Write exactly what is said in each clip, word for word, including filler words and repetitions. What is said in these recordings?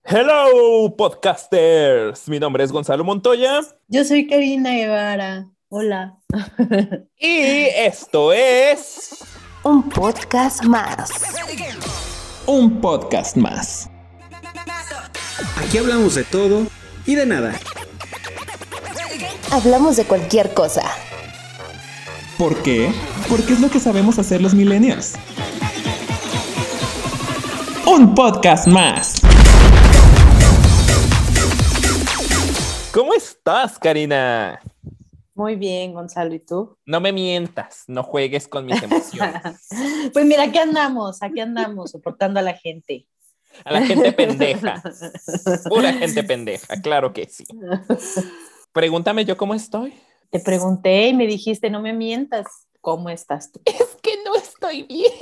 Hello, podcasters. Mi nombre es Gonzalo Montoya. Yo soy Karina Guevara. Hola. Y esto es... Un podcast más. Un podcast más. Aquí hablamos de todo y de nada. Hablamos de cualquier cosa. ¿Por qué? Porque es lo que sabemos hacer los millennials. Un podcast más. ¿Cómo estás, Karina? Muy bien, Gonzalo. ¿Y tú? No me mientas, no juegues con mis emociones. Pues mira, aquí andamos, aquí andamos, soportando a la gente. A la gente pendeja. Pura gente pendeja, claro que sí. Pregúntame yo cómo estoy. Te pregunté y me dijiste, no me mientas. ¿Cómo estás tú? Es que no estoy bien.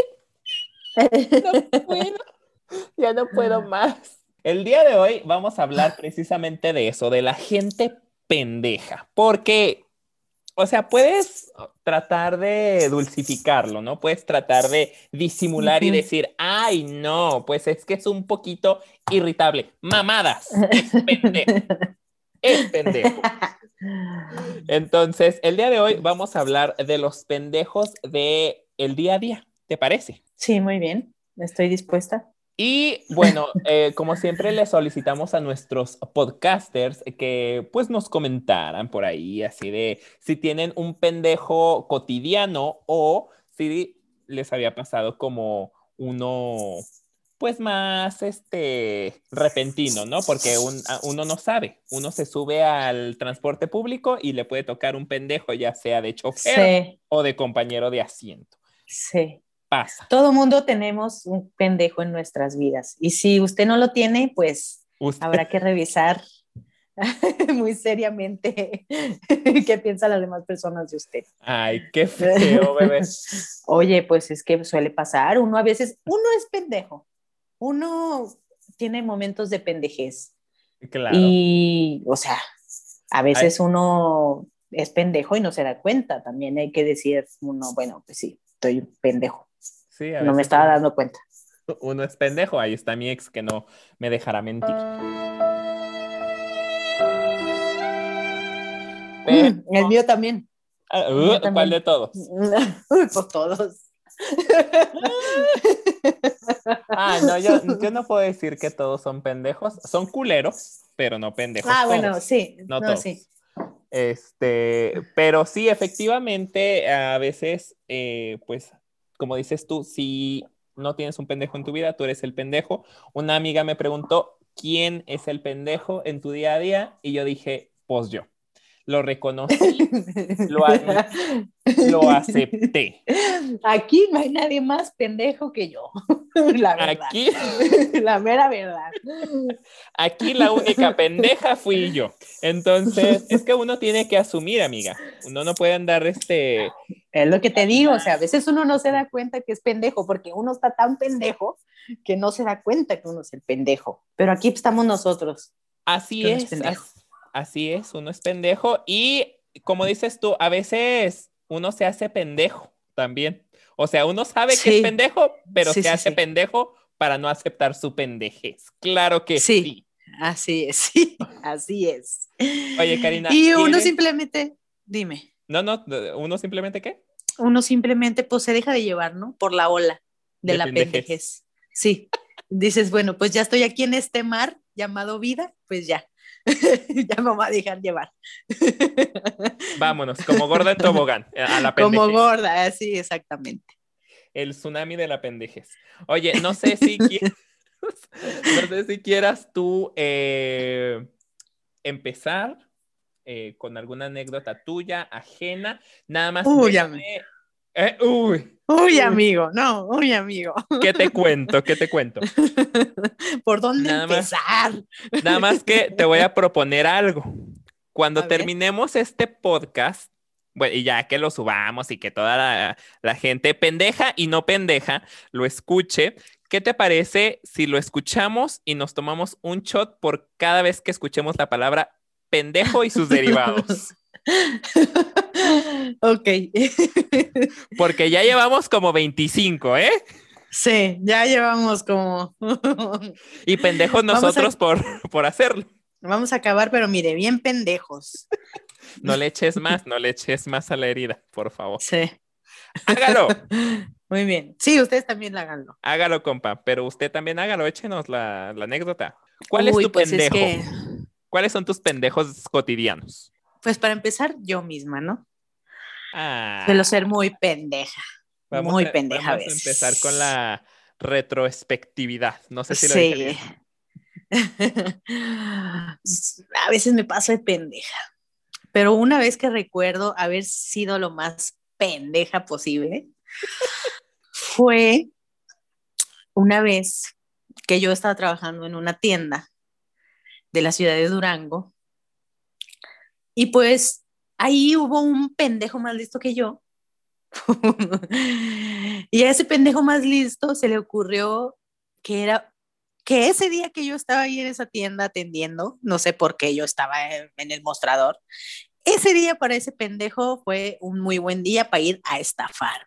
No puedo. Ya no puedo más. El día de hoy vamos a hablar precisamente de eso, de la gente pendeja. Porque, o sea, puedes tratar de dulcificarlo, ¿no? Puedes tratar de disimular uh-huh. y decir, ay, no, pues es que es un poquito irritable. Mamadas, es pendejo. Es pendejo. Entonces, el día de hoy vamos a hablar de los pendejos del día a día. ¿Te parece? Sí, muy bien. Estoy dispuesta. Y bueno, eh, como siempre le solicitamos a nuestros podcasters que pues nos comentaran por ahí, así de si tienen un pendejo cotidiano o si les había pasado como uno pues más este repentino, ¿no? Porque un, uno no sabe, uno se sube al transporte público y le puede tocar un pendejo, ya sea de chofer sí. o de compañero de asiento. Sí. Pasa. Todo mundo tenemos un pendejo en nuestras vidas. Y si usted no lo tiene, pues usted. Habrá que revisar muy seriamente qué piensan las demás personas de usted. Ay, qué feo, bebé. Oye, pues es que suele pasar. Uno a veces, uno es pendejo. Uno tiene momentos de pendejez. Claro. Y, o sea, a veces Ay. uno es pendejo y no se da cuenta. También hay que decir uno, bueno, pues sí, estoy pendejo. Sí, no me estaba dando cuenta. Uno es pendejo, ahí está mi ex que no me dejará mentir. Pero... Mm, el mío también. Uh, el mío también. ¿Cuál de todos? Uy, pues todos. Ah, no, yo, yo no puedo decir que todos son pendejos. Son culeros, pero no pendejos. Ah, todos. bueno, sí. No, no todos. sí. Este, pero sí, efectivamente, a veces, eh, pues, como dices tú, si no tienes un pendejo en tu vida, tú eres el pendejo. Una amiga me preguntó, ¿quién es el pendejo en tu día a día? Y yo dije, pues yo. Lo reconocí, lo admití, lo acepté. Aquí no hay nadie más pendejo que yo, la verdad. Aquí, la mera verdad. Aquí la única pendeja fui yo. Entonces, es que uno tiene que asumir, amiga. Uno no puede andar este... Es lo que te digo, o sea, a veces uno no se da cuenta que es pendejo, porque uno está tan pendejo que no se da cuenta que uno es el pendejo. Pero aquí estamos nosotros. Así es, es así, así es, uno es pendejo y como dices tú, a veces uno se hace pendejo también. O sea, uno sabe sí. que es pendejo, pero sí, se sí, hace sí. pendejo para no aceptar su pendejez. Claro que sí. Sí, así es, sí, así es. Oye, Karina. Y uno ¿quieres? simplemente, dime. No, no, ¿uno simplemente qué? Uno simplemente pues se deja de llevar, ¿no? Por la ola de, de la pendejez. pendejez. Sí, dices, bueno, pues ya estoy aquí en este mar llamado vida, pues ya, ya me voy a dejar llevar. Vámonos, como gorda en tobogán, a la pendejez. Como gorda, así exactamente. El tsunami de la pendejez. Oye, no sé si quieras, no sé si quieras tú eh, empezar eh, con alguna anécdota tuya, ajena, nada más. Uy, déjame, eh, uy. Uy, uy, amigo, no, uy, amigo. ¿Qué te cuento? ¿Qué te cuento? ¿Por dónde nada empezar? Más, nada más que te voy a proponer algo. Cuando a terminemos ver. este podcast, bueno, y ya que lo subamos y que toda la, la gente pendeja y no pendeja lo escuche, ¿qué te parece si lo escuchamos y nos tomamos un shot por cada vez que escuchemos la palabra pendejo y sus derivados? Ok. Porque ya llevamos como veinticinco, ¿eh? Sí, ya llevamos como... Y pendejos nosotros a... por, por hacerlo. Vamos a acabar, pero mire, bien pendejos. No le eches más, no le eches más a la herida, por favor. Sí. Hágalo. Muy bien. Sí, ustedes también háganlo. Hágalo, compa, pero usted también hágalo, échenos la, la anécdota. ¿Cuál Uy, es tu pues pendejo? Es que... ¿Cuáles son tus pendejos cotidianos? Pues para empezar, yo misma, ¿no? Ah. Suelo ser muy pendeja. Vamos muy a, pendeja vamos a veces. a empezar con la retrospectividad. No sé si lo sí. dije bien. A veces me paso de pendeja. Pero una vez que recuerdo haber sido lo más pendeja posible, fue una vez que yo estaba trabajando en una tienda de la ciudad de Durango y pues ahí hubo un pendejo más listo que yo y a ese pendejo más listo se le ocurrió que era que ese día que yo estaba ahí en esa tienda atendiendo, no sé por qué yo estaba en, en el mostrador, ese día para ese pendejo fue un muy buen día para ir a estafarme.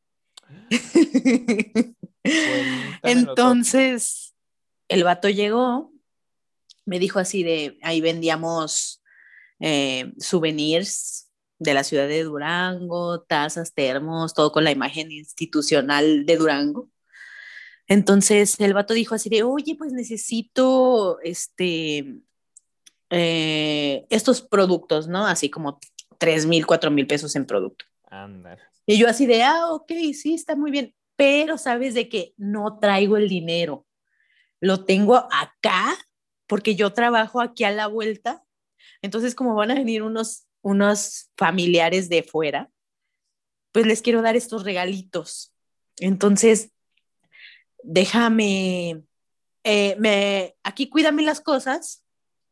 Entonces, el vato llegó, me dijo así de, ahí vendíamos eh, souvenirs de la ciudad de Durango, tazas, termos, todo con la imagen institucional de Durango. Entonces, el vato dijo así de, oye, pues necesito este, eh, estos productos, ¿no? Así como tres mil, cuatro mil pesos en producto. Ándale. Y yo así de, ah, ok, sí, está muy bien, pero sabes de que no traigo el dinero, lo tengo acá porque yo trabajo aquí a la vuelta, entonces como van a venir unos, unos familiares de fuera, pues les quiero dar estos regalitos, entonces déjame, eh, me, aquí cuídame las cosas,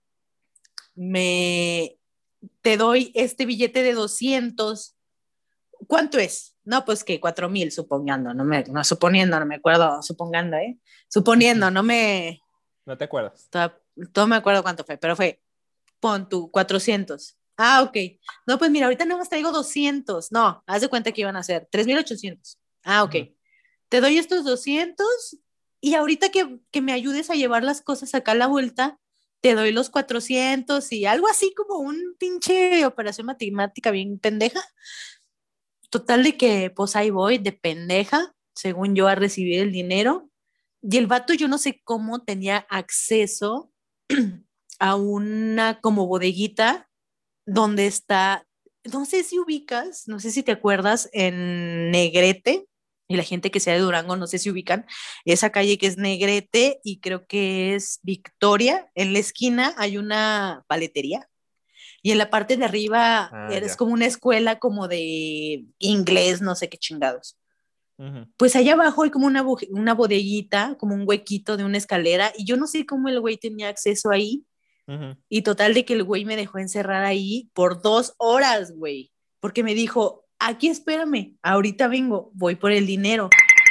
me, te doy este billete de doscientos. ¿Cuánto es? No, pues que cuatro mil, suponiendo, no me, no suponiendo, no me acuerdo, supongando, ¿eh? Suponiendo, no me... No te acuerdas. Todo, todo me acuerdo cuánto fue, pero fue, pon tú, cuatrocientos. Ah, ok. No, pues mira, ahorita nada más traigo doscientos. No, haz de cuenta que iban a ser tres mil ochocientos. Ah, ok. Uh-huh. Te doy estos doscientos y ahorita que, que me ayudes a llevar las cosas acá a la vuelta, te doy los cuatrocientos y algo así como un pinche operación matemática bien pendeja. Total de que pues ahí voy de pendeja, según yo, a recibir el dinero. Y el vato yo no sé cómo tenía acceso a una como bodeguita donde está, no sé si ubicas, no sé si te acuerdas, en Negrete, y la gente que sea de Durango, no sé si ubican, esa calle que es Negrete y creo que es Victoria, en la esquina hay una paletería. Y en la parte de arriba ah, eres ya. Como una escuela como de inglés, no sé qué chingados. Uh-huh. Pues allá abajo hay como una, una bodeguita, como un huequito de una escalera, y yo no sé cómo el güey tenía acceso ahí. Uh-huh. Y total de que el güey me dejó encerrar ahí por dos horas, güey. Porque me dijo, aquí espérame, ahorita vengo, voy por el dinero.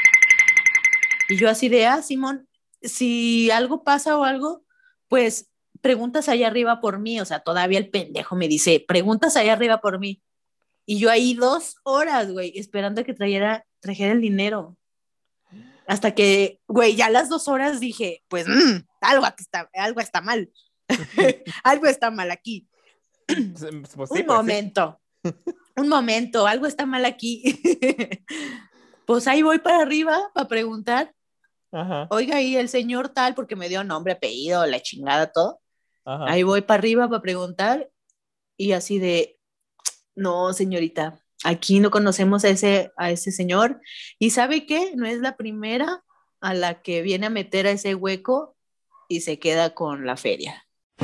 Y yo así de, ah, Simón, si algo pasa o algo, pues preguntas allá arriba por mí, o sea, todavía el pendejo me dice, preguntas allá arriba por mí. Y yo ahí dos horas, güey, esperando a que trajera, trajera el dinero. Hasta que, güey, ya a las dos horas dije, pues, mmm, algo, está, algo está mal. Algo está mal aquí. Pues, pues, un sí, momento, pues, sí. un momento, algo está mal aquí. Pues ahí voy para arriba para preguntar. Ajá. Oiga, y el señor tal, porque me dio nombre, apellido, la chingada, todo. Ajá. Ahí voy para arriba para preguntar y así de, no, señorita, aquí no conocemos a ese, a ese señor. ¿Y sabe qué? No es la primera a la que viene a meter a ese hueco y se queda con la feria.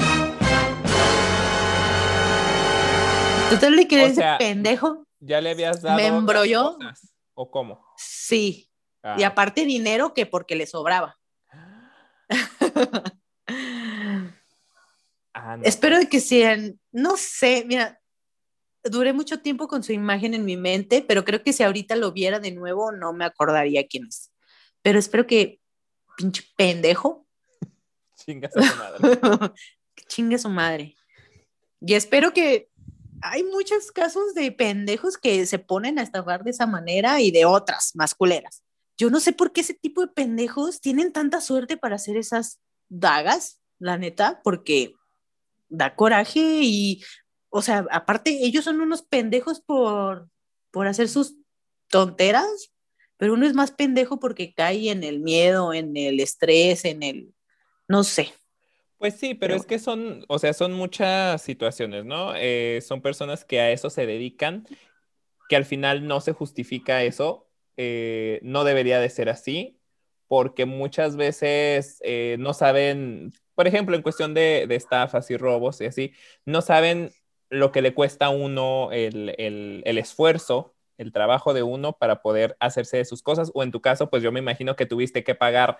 Total de que o ese sea, pendejo ¿ya le habías dado me embrolló? Las cosas, ¿o cómo? Sí. Ah. Y aparte dinero que porque le sobraba. Ah, no, espero pues. Que sean, no sé, mira, duré mucho tiempo con su imagen en mi mente, pero creo que si ahorita lo viera de nuevo no me acordaría quién es. Pero espero que, pinche pendejo. Chinga su madre. Chinga su madre. Y espero que hay muchos casos de pendejos que se ponen a estafar de esa manera y de otras más culeras. yo no sé por qué ese tipo de pendejos tienen tanta suerte para hacer esas dagas, la neta, porque da coraje y, o sea, aparte ellos son unos pendejos por, por hacer sus tonteras, pero uno es más pendejo porque cae en el miedo, en el estrés, en el, no sé. Pues sí, pero Pero es que son, o sea, son muchas situaciones, ¿no? Eh, son personas que a eso se dedican, que al final no se justifica eso, eh, no debería de ser así, porque muchas veces eh, no saben, por ejemplo, en cuestión de, de estafas y robos y así, no saben lo que le cuesta a uno el, el, el esfuerzo, el trabajo de uno para poder hacerse de sus cosas, o en tu caso, pues yo me imagino que tuviste que pagar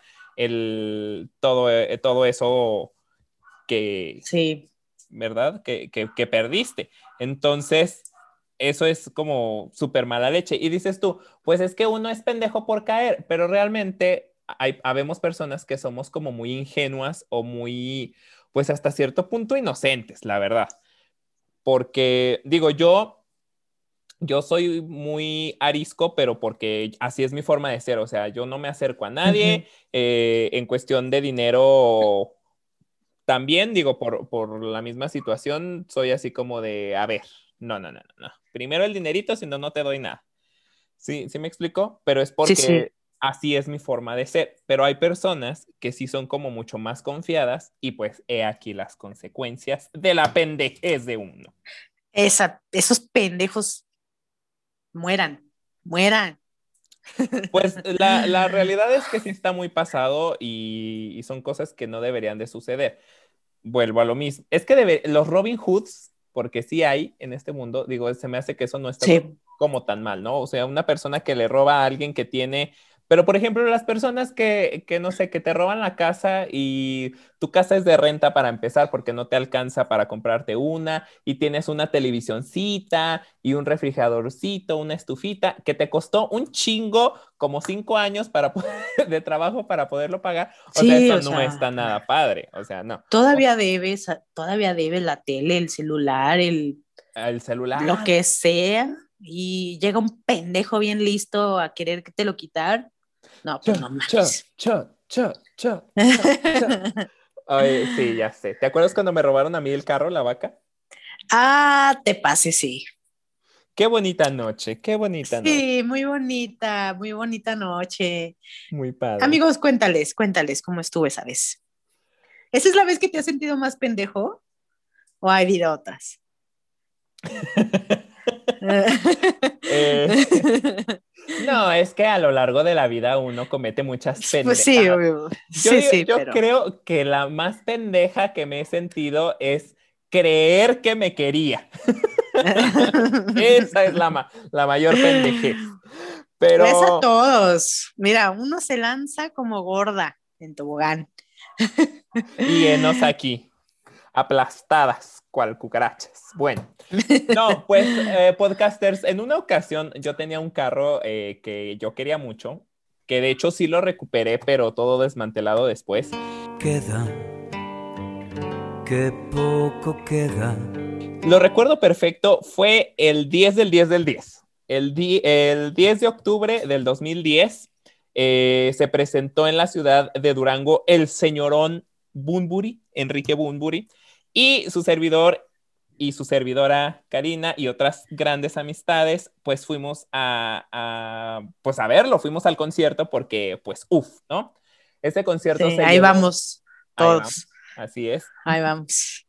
el, todo, eh, todo eso que, sí. ¿verdad? Que, que, que perdiste. Entonces, eso es como súper mala leche. Y dices tú, pues es que uno es pendejo por caer, pero realmente hay, habemos personas que somos como muy ingenuas o muy, pues hasta cierto punto inocentes, la verdad. Porque digo, yo, yo soy muy arisco, pero porque así es mi forma de ser. O sea, yo no me acerco a nadie. Uh-huh. Eh, en cuestión de dinero, también digo, por, por la misma situación, soy así como de, a ver, no, no, no, no, no. Primero el dinerito, si no, no te doy nada. Sí, sí me explico, pero es Sí, sí. porque así es mi forma de ser. Pero hay personas que sí son como mucho más confiadas y pues he aquí las consecuencias de la pendejez de uno. Esa, esos pendejos mueran, mueran. Pues la, la realidad es que sí está muy pasado y, y son cosas que no deberían de suceder. Vuelvo a lo mismo. Es que debe, los Robin Hoods, porque sí hay en este mundo, digo, se me hace que eso no está Sí. como tan mal, ¿no? O sea, una persona que le roba a alguien que tiene, pero por ejemplo, las personas que, que no sé, que te roban la casa y tu casa es de renta para empezar porque no te alcanza para comprarte una y tienes una televisioncita y un refrigeradorcito, una estufita que te costó un chingo, como cinco años para poder, de trabajo para poderlo pagar. O sea, Sí, eso o no sea, está nada padre. O sea, no. todavía debes, todavía debe la tele, el celular, el El lo celular. que sea, y llega un pendejo bien listo a querer que te lo quitar. No, pues no Cha, cha, mames. cha, cha, cha, cha, cha. Ay, sí, ya sé. ¿Te acuerdas cuando me robaron a mí el carro, la vaca? Ah, te pase, sí. Qué bonita noche, qué bonita noche. Sí, muy bonita, muy bonita noche. Muy padre. Amigos, cuéntales, cuéntales cómo estuvo esa vez. ¿Esa es la vez que te has sentido más pendejo? ¿O ha habido otras? Eh, no, es que a lo largo de la vida uno comete muchas Pues sí, pendejas. obvio. Yo, Sí, digo- sí, yo pero. creo que la más pendeja que me he sentido es creer que me quería. Esa es la, ma- la mayor pendejez. Pues a Pero, todos. Mira, uno se lanza como gorda en tobogán. y enos aquí, aplastadas, cual cucarachas. Bueno, no, pues, eh, podcasters, en una ocasión yo tenía un carro eh, que yo quería mucho, que de hecho sí lo recuperé, pero todo desmantelado después. Queda, qué poco queda. Lo recuerdo perfecto, fue el diez del diez del diez. El, di el diez de octubre del dos mil diez eh, se presentó en la ciudad de Durango el señorón Bunbury, Enrique Bunbury, y su servidor y su servidora Karina y otras grandes amistades, pues fuimos a, a, pues a verlo, fuimos al concierto porque, pues, uff, ¿no? Ese concierto Sí, se ahí llevó, vamos, ahí vamos, todos. así es. Ahí vamos.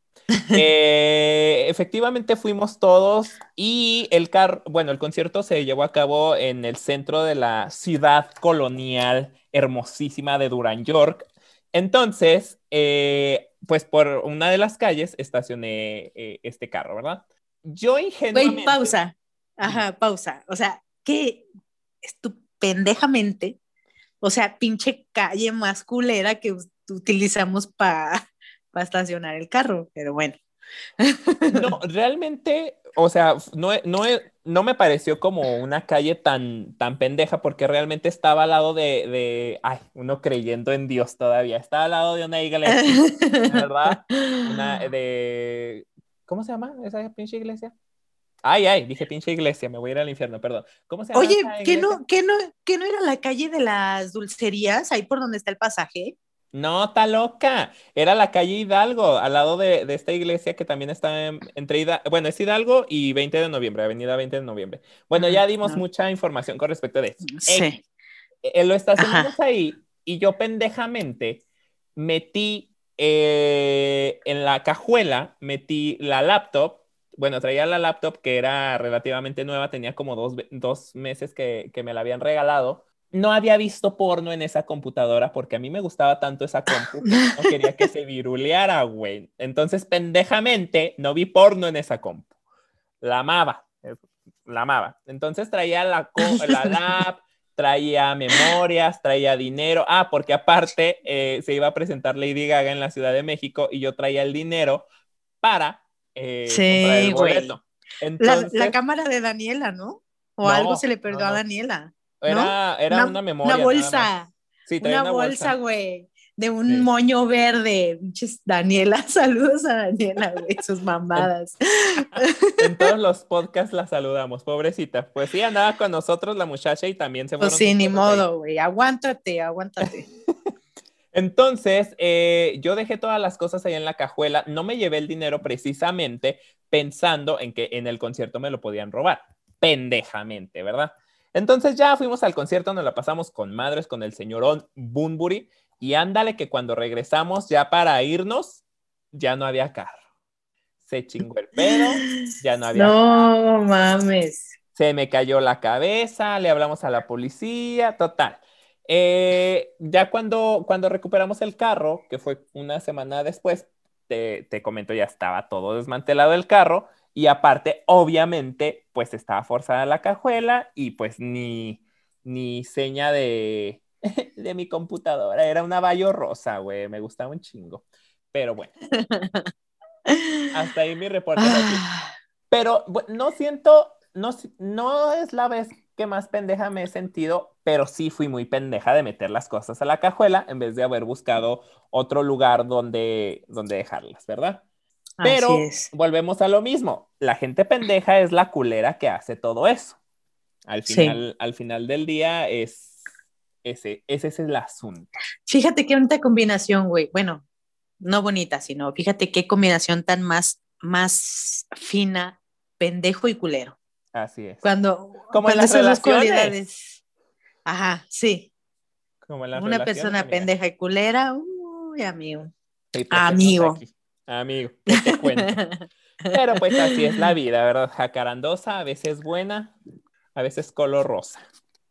Eh, efectivamente fuimos todos y el carro, bueno, el concierto se llevó a cabo en el centro de la ciudad colonial hermosísima de Durán, York. Entonces, eh, pues por una de las calles estacioné eh, este carro, ¿verdad? Yo Güey, ingenuamente, pausa. dime, Ajá, pausa. O sea, que estupendejamente, o sea, pinche calle más culera que us- utilizamos para pa estacionar el carro, pero bueno. no, realmente, o sea, no, no, no me pareció como una calle tan, tan pendeja porque realmente estaba al lado de, de, ay, uno creyendo en Dios todavía, estaba al lado de una iglesia, ¿verdad? Una de, ¿cómo se llama esa pinche iglesia? Ay, ay, dije pinche iglesia, me voy a ir al infierno, perdón. ¿Cómo se llama Oye, esa ¿qué iglesia? no, qué no, qué no era la calle de las dulcerías, ahí por donde está el pasaje? No, está loca. Era la calle Hidalgo, al lado de, de esta iglesia que también está en- entre Hidalgo, bueno, es Hidalgo y veinte de noviembre, Avenida veinte de noviembre. Bueno, Mm, ya dimos no. mucha información con respecto de eso. Sí, X. Eh, lo estacionamos ajá. ahí y yo pendejamente metí eh, en la cajuela, metí la laptop. Bueno, traía la laptop que era relativamente nueva, tenía como dos, ve- dos meses que, que me la habían regalado. No había visto porno en esa computadora porque a mí me gustaba tanto esa compu que yo no quería que se viruleara, güey. Entonces, pendejamente, no vi porno en esa compu. La amaba, eh, la amaba. Entonces traía la, co- la lap, traía memorias, traía dinero. Ah, porque aparte eh, se iba a presentar Lady Gaga en la Ciudad de México y yo traía el dinero para eh, comprar el Sí, güey. boleto. La, la Entonces, cámara de Daniela, ¿no? O algo se no, le no, perdió a no. Daniela, ¿no? Era, era Una, una una memoria nada más. bolsa, Sí, traía una una bolsa, bolsa. güey, de un Sí. moño verde. Pinches Daniela, saludos a Daniela, güey, sus En, mamadas. en todos los podcasts la saludamos, pobrecita. Pues sí, andaba con nosotros la muchacha y también se Pues fueron sus sí, ni cosas ahí. modo, güey, aguántate, aguántate. Entonces, eh, yo dejé todas las cosas ahí en la cajuela. No me llevé el dinero precisamente pensando en que en el concierto me lo podían robar. Pendejamente, ¿verdad? Entonces ya fuimos al concierto, nos la pasamos con madres, con el señorón Bunbury. Y ándale que cuando regresamos ya para irnos, ya no había carro. Se chingó el pedo, ya no había carro. No mames. Se me cayó la cabeza, le hablamos a la policía, total. Eh, ya cuando, cuando recuperamos el carro, que fue una semana después, te, te comento, ya estaba todo desmantelado el carro y aparte, obviamente, pues estaba forzada la cajuela y pues ni, ni seña de, de mi computadora. Era una Bayo rosa, güey, me gustaba un chingo. Pero bueno, hasta ahí mi reporte rápido. Ah, Pero bueno, no siento, no, si- no es la vez que más pendeja me he sentido, pero sí fui muy pendeja de meter las cosas a la cajuela en vez de haber buscado otro lugar donde, donde dejarlas, ¿verdad? así Pero es. volvemos a lo mismo. La gente pendeja es la culera que hace todo eso. Al Sí. final, al final del día es ese, ese es el asunto. Fíjate qué bonita combinación, güey. Bueno, no bonita, sino fíjate qué combinación tan más, más fina, pendejo y culero. Así es. Cuando, Como en cuando las esas dos relaciones. cualidades. Ajá, sí. Como en las Una relaciones, persona amiga. pendeja y culera, uy, amigo. Y pues enos Amigo. aquí. Amigo, ¿qué te cuento? Pero pues así es la vida, ¿verdad? Jacarandosa, a veces buena, a veces color rosa.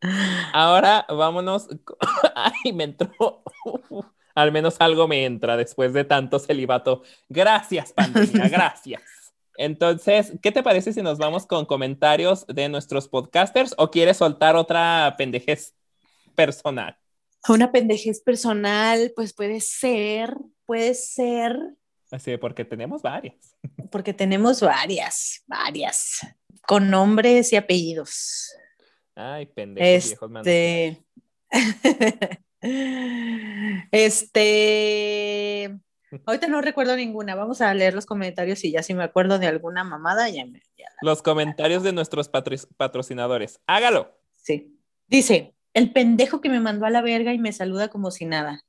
Ahora vámonos. Ay, me entró. Al menos algo me entra después de tanto celibato. Gracias, pandemia, gracias. Entonces, ¿qué te parece si nos vamos con comentarios de nuestros podcasters o quieres soltar otra pendejez personal? Una pendejez personal, pues puede ser, puede ser, Así, porque tenemos varias. porque tenemos varias, varias, con nombres y apellidos. Ay, pendejos viejos manoseados. Este, este, ahorita no recuerdo ninguna. Vamos a leer los comentarios y ya si me acuerdo de alguna mamada, ya me. Ya, Los comentarios de nuestros patro- patrocinadores. Hágalo. sí. Dice, el pendejo que me mandó a la verga y me saluda como si nada.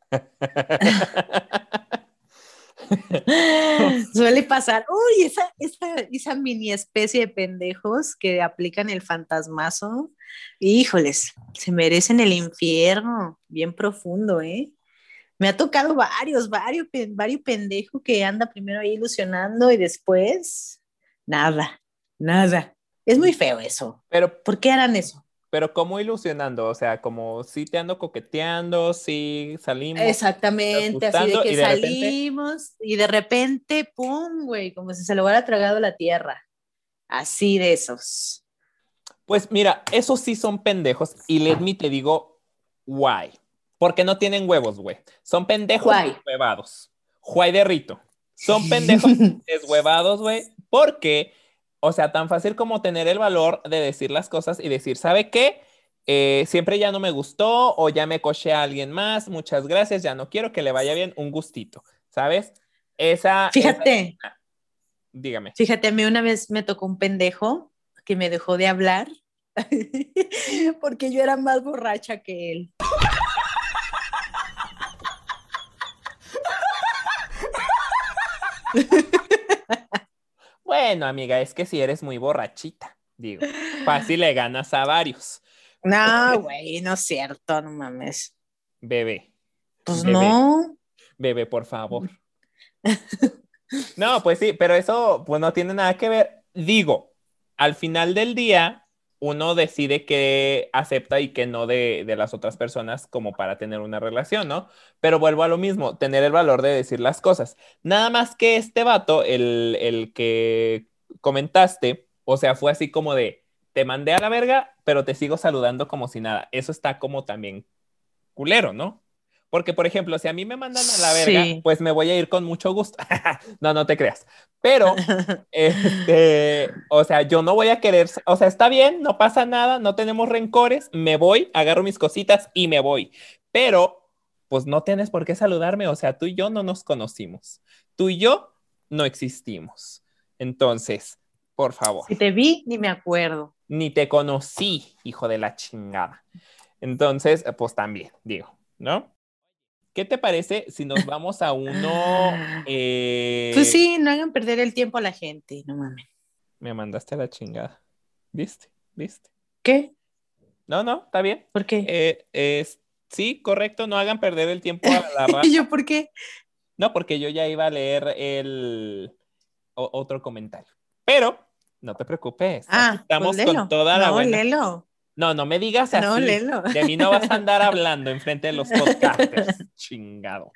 Suele pasar. Uy, esa, esa, esa mini especie de pendejos que aplican el fantasmazo. Híjoles, se merecen el infierno. Bien profundo, ¿eh? Me ha tocado varios, varios, varios pendejos que anda primero ahí ilusionando y después nada, nada. Es muy feo eso. Pero, ¿Por qué harán eso? pero ¿cómo ilusionando? O sea, como si te ando coqueteando, si salimos, estás Exactamente, así de gustando que y de repente, salimos y de repente, pum, güey, como si se lo hubiera tragado la tierra. Así de esos. pues mira, esos sí son pendejos y let me te digo, why. Porque no tienen huevos, güey. Son pendejos Guay. deshuevados. Juay de Rito. Son pendejos deshuevados, güey. Porque, o sea, tan fácil como tener el valor de decir las cosas y decir, ¿sabe qué? Eh, siempre ya no me gustó o ya me coché a alguien más. Muchas gracias, ya no quiero que le vaya bien. Un gustito, ¿sabes? Esa, esa Fíjate, Dígame. Fíjate, a mí una vez me tocó un pendejo que me dejó de hablar porque yo era más borracha que él. Bueno, amiga, es que si eres muy borrachita, digo, fácil le ganas a varios. No, güey, no es cierto, no mames. Bebé. Pues Bebé. no. Bebé, por favor. No, pues sí, pero eso pues no tiene nada que ver. Digo, al final del día, uno decide qué acepta y qué no de, de las otras personas como para tener una relación, ¿no? Pero vuelvo a lo mismo, tener el valor de decir las cosas. Nada más que este vato, el, el que comentaste, o sea, fue así como de, te mandé a la verga, pero te sigo saludando como si nada. Eso está como también culero, ¿no? Porque, por ejemplo, si a mí me mandan a la verga, Sí. pues me voy a ir con mucho gusto. No, no te creas. Pero, este, o sea, yo no voy a querer, o sea, está bien, no pasa nada, no tenemos rencores, me voy, agarro mis cositas y me voy. Pero, pues no tienes por qué saludarme, o sea, tú y yo no nos conocimos. Tú y yo no existimos. Entonces, por favor. Si te vi, ni me acuerdo. Ni te conocí, hijo de la chingada. Entonces, pues también, digo, ¿no? ¿Qué te parece si nos vamos a uno? Eh... Pues sí, no hagan perder el tiempo a la gente, no mames. Me mandaste a la chingada. ¿Viste? ¿Viste? ¿Qué? No, no, está bien. ¿Por qué? Eh, es... Sí, correcto, no hagan perder el tiempo a la raza. ¿Y yo por qué? No, porque yo ya iba a leer el o otro comentario. Pero, no te preocupes. Ah, estamos pues con toda la no, buena. Léelo. No, no me digas así. No, léelo. De mí no vas a andar hablando enfrente de los podcasters. Chingado.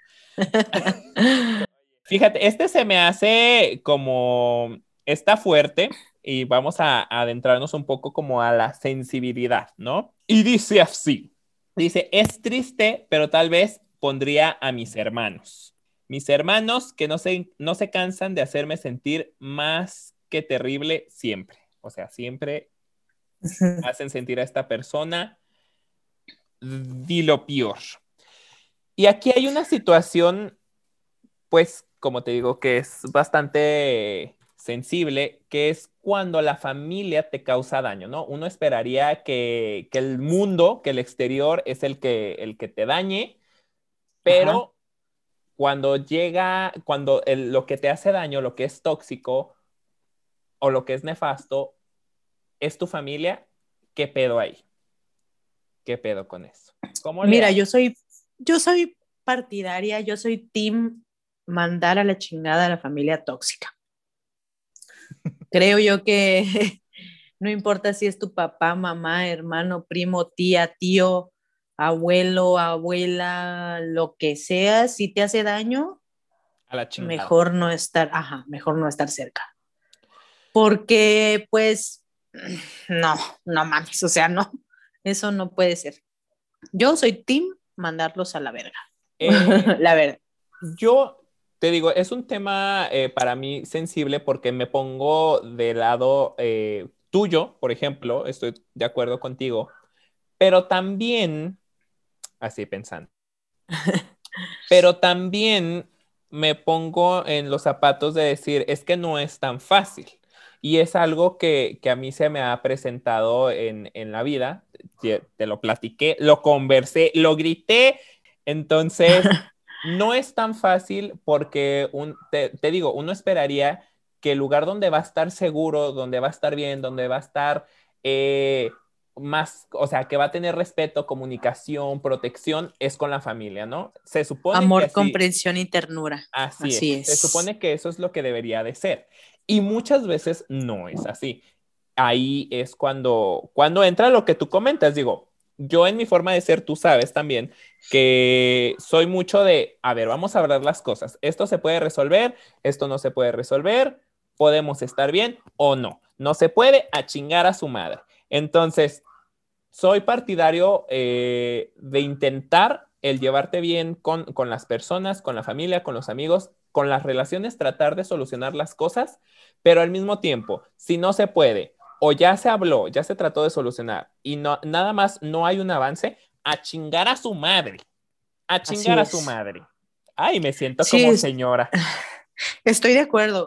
Fíjate, este se me hace como, está fuerte y vamos a, a adentrarnos un poco como a la sensibilidad, ¿no? Y dice así, dice, es triste, pero tal vez pondría a mis hermanos. Mis hermanos que no se, no se cansan de hacerme sentir más que terrible siempre. O sea, siempre hacen sentir a esta persona de lo peor. Y aquí hay una situación, pues, como te digo, que es bastante sensible, que es cuando la familia te causa daño, ¿no? Uno esperaría que, que el mundo, que el exterior es el que, el que te dañe, pero Ajá. cuando llega, cuando el, lo que te hace daño, lo que es tóxico o lo que es nefasto, es tu familia, ¿qué pedo hay? ¿Qué pedo con eso? ¿Cómo Mira, le yo soy, yo soy partidaria, yo soy team mandar a la chingada a la familia tóxica. Creo yo que no importa si es tu papá, mamá, hermano, primo, tía, tío, abuelo, abuela, lo que sea, si te hace daño, a la chingada. Mejor no estar, ajá, mejor no estar cerca. Porque, pues, no, no mames, o sea, no, eso no puede ser. Yo soy team mandarlos a la verga. Eh, la verdad. Yo te digo, es un tema eh, para mí sensible porque me pongo de lado eh, tuyo, por ejemplo, estoy de acuerdo contigo, pero también, así pensando, pero también me pongo en los zapatos de decir, es que no es tan fácil. Y es algo que, que a mí se me ha presentado en, en la vida, te, te lo platiqué, lo conversé, lo grité, entonces... No es tan fácil porque, un, te, te digo, uno esperaría que el lugar donde va a estar seguro, donde va a estar bien, donde va a estar eh, más, o sea, que va a tener respeto, comunicación, protección, es con la familia, ¿no? Se supone Amor, que así, comprensión y ternura. Así, así es. es. Se supone que eso es lo que debería de ser. Y muchas veces no es así. Ahí es cuando, cuando entra lo que tú comentas, digo, yo en mi forma de ser, tú sabes también que soy mucho de, a ver, vamos a hablar las cosas. Esto se puede resolver, esto no se puede resolver, podemos estar bien o no. No se puede, a chingar a su madre. Entonces, soy partidario eh, de intentar el llevarte bien con, con las personas, con la familia, con los amigos, con las relaciones, tratar de solucionar las cosas, pero al mismo tiempo, si no se puede, o ya se habló, ya se trató de solucionar y no, nada más no hay un avance, a chingar a su madre, a chingar a su madre. Ay, me siento sí, como señora. Estoy de acuerdo.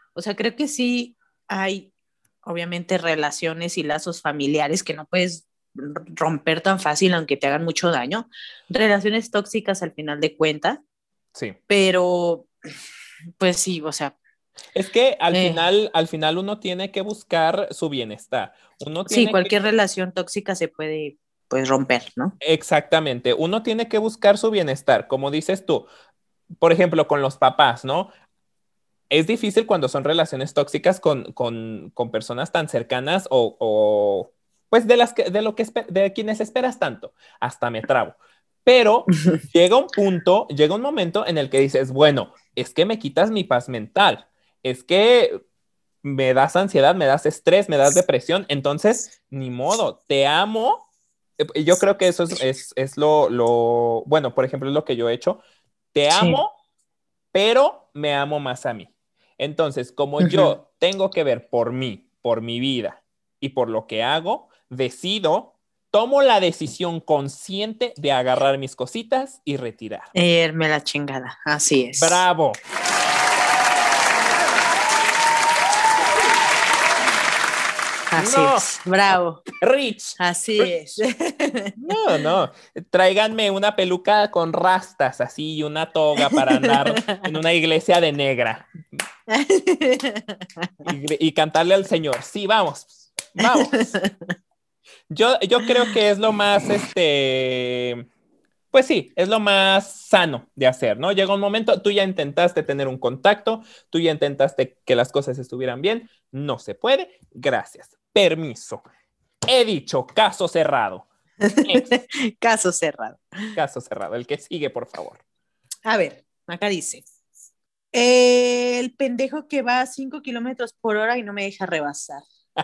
O sea, creo que sí hay, obviamente, relaciones y lazos familiares que no puedes romper tan fácil aunque te hagan mucho daño. Relaciones tóxicas al final de cuentas, Sí. pero pues sí, o sea. Es que al eh, final, al final uno tiene que buscar su bienestar. Uno sí, tiene cualquier que, relación tóxica se puede pues romper, ¿no? exactamente, uno tiene que buscar su bienestar, como dices tú, por ejemplo, con los papás, ¿no? Es difícil cuando son relaciones tóxicas con, con, con personas tan cercanas o, o, pues de las que, de lo que esper- de quienes esperas tanto, hasta me trabo. Pero llega un punto, llega un momento en el que dices, bueno, es que me quitas mi paz mental, es que me das ansiedad, me das estrés, me das depresión, entonces, ni modo, te amo. Eh, Yo creo que eso es, es, es lo, lo, bueno, por ejemplo, es lo que yo he hecho. Te Sí. amo, pero me amo más a mí. Entonces, como Uh-huh. yo tengo que ver por mí, por mi vida y por lo que hago, decido, tomo la decisión consciente de agarrar mis cositas y retirar. Irme la chingada, así es. ¡Bravo! Así No, es, bravo. Rich. Así Rich. es. No, no. Tráiganme una peluca con rastas así y una toga para andar en una iglesia de negra y, y cantarle al Señor. Sí, vamos, vamos. Yo, yo creo que es lo más, este, pues sí, es lo más sano de hacer, ¿no? Llega un momento, tú ya intentaste tener un contacto, tú ya intentaste que las cosas estuvieran bien, no se puede, gracias, permiso. He dicho, caso cerrado. Next. Caso cerrado. Caso cerrado, el que sigue, por favor. A ver, acá dice, el pendejo que va a cinco kilómetros por hora y no me deja rebasar.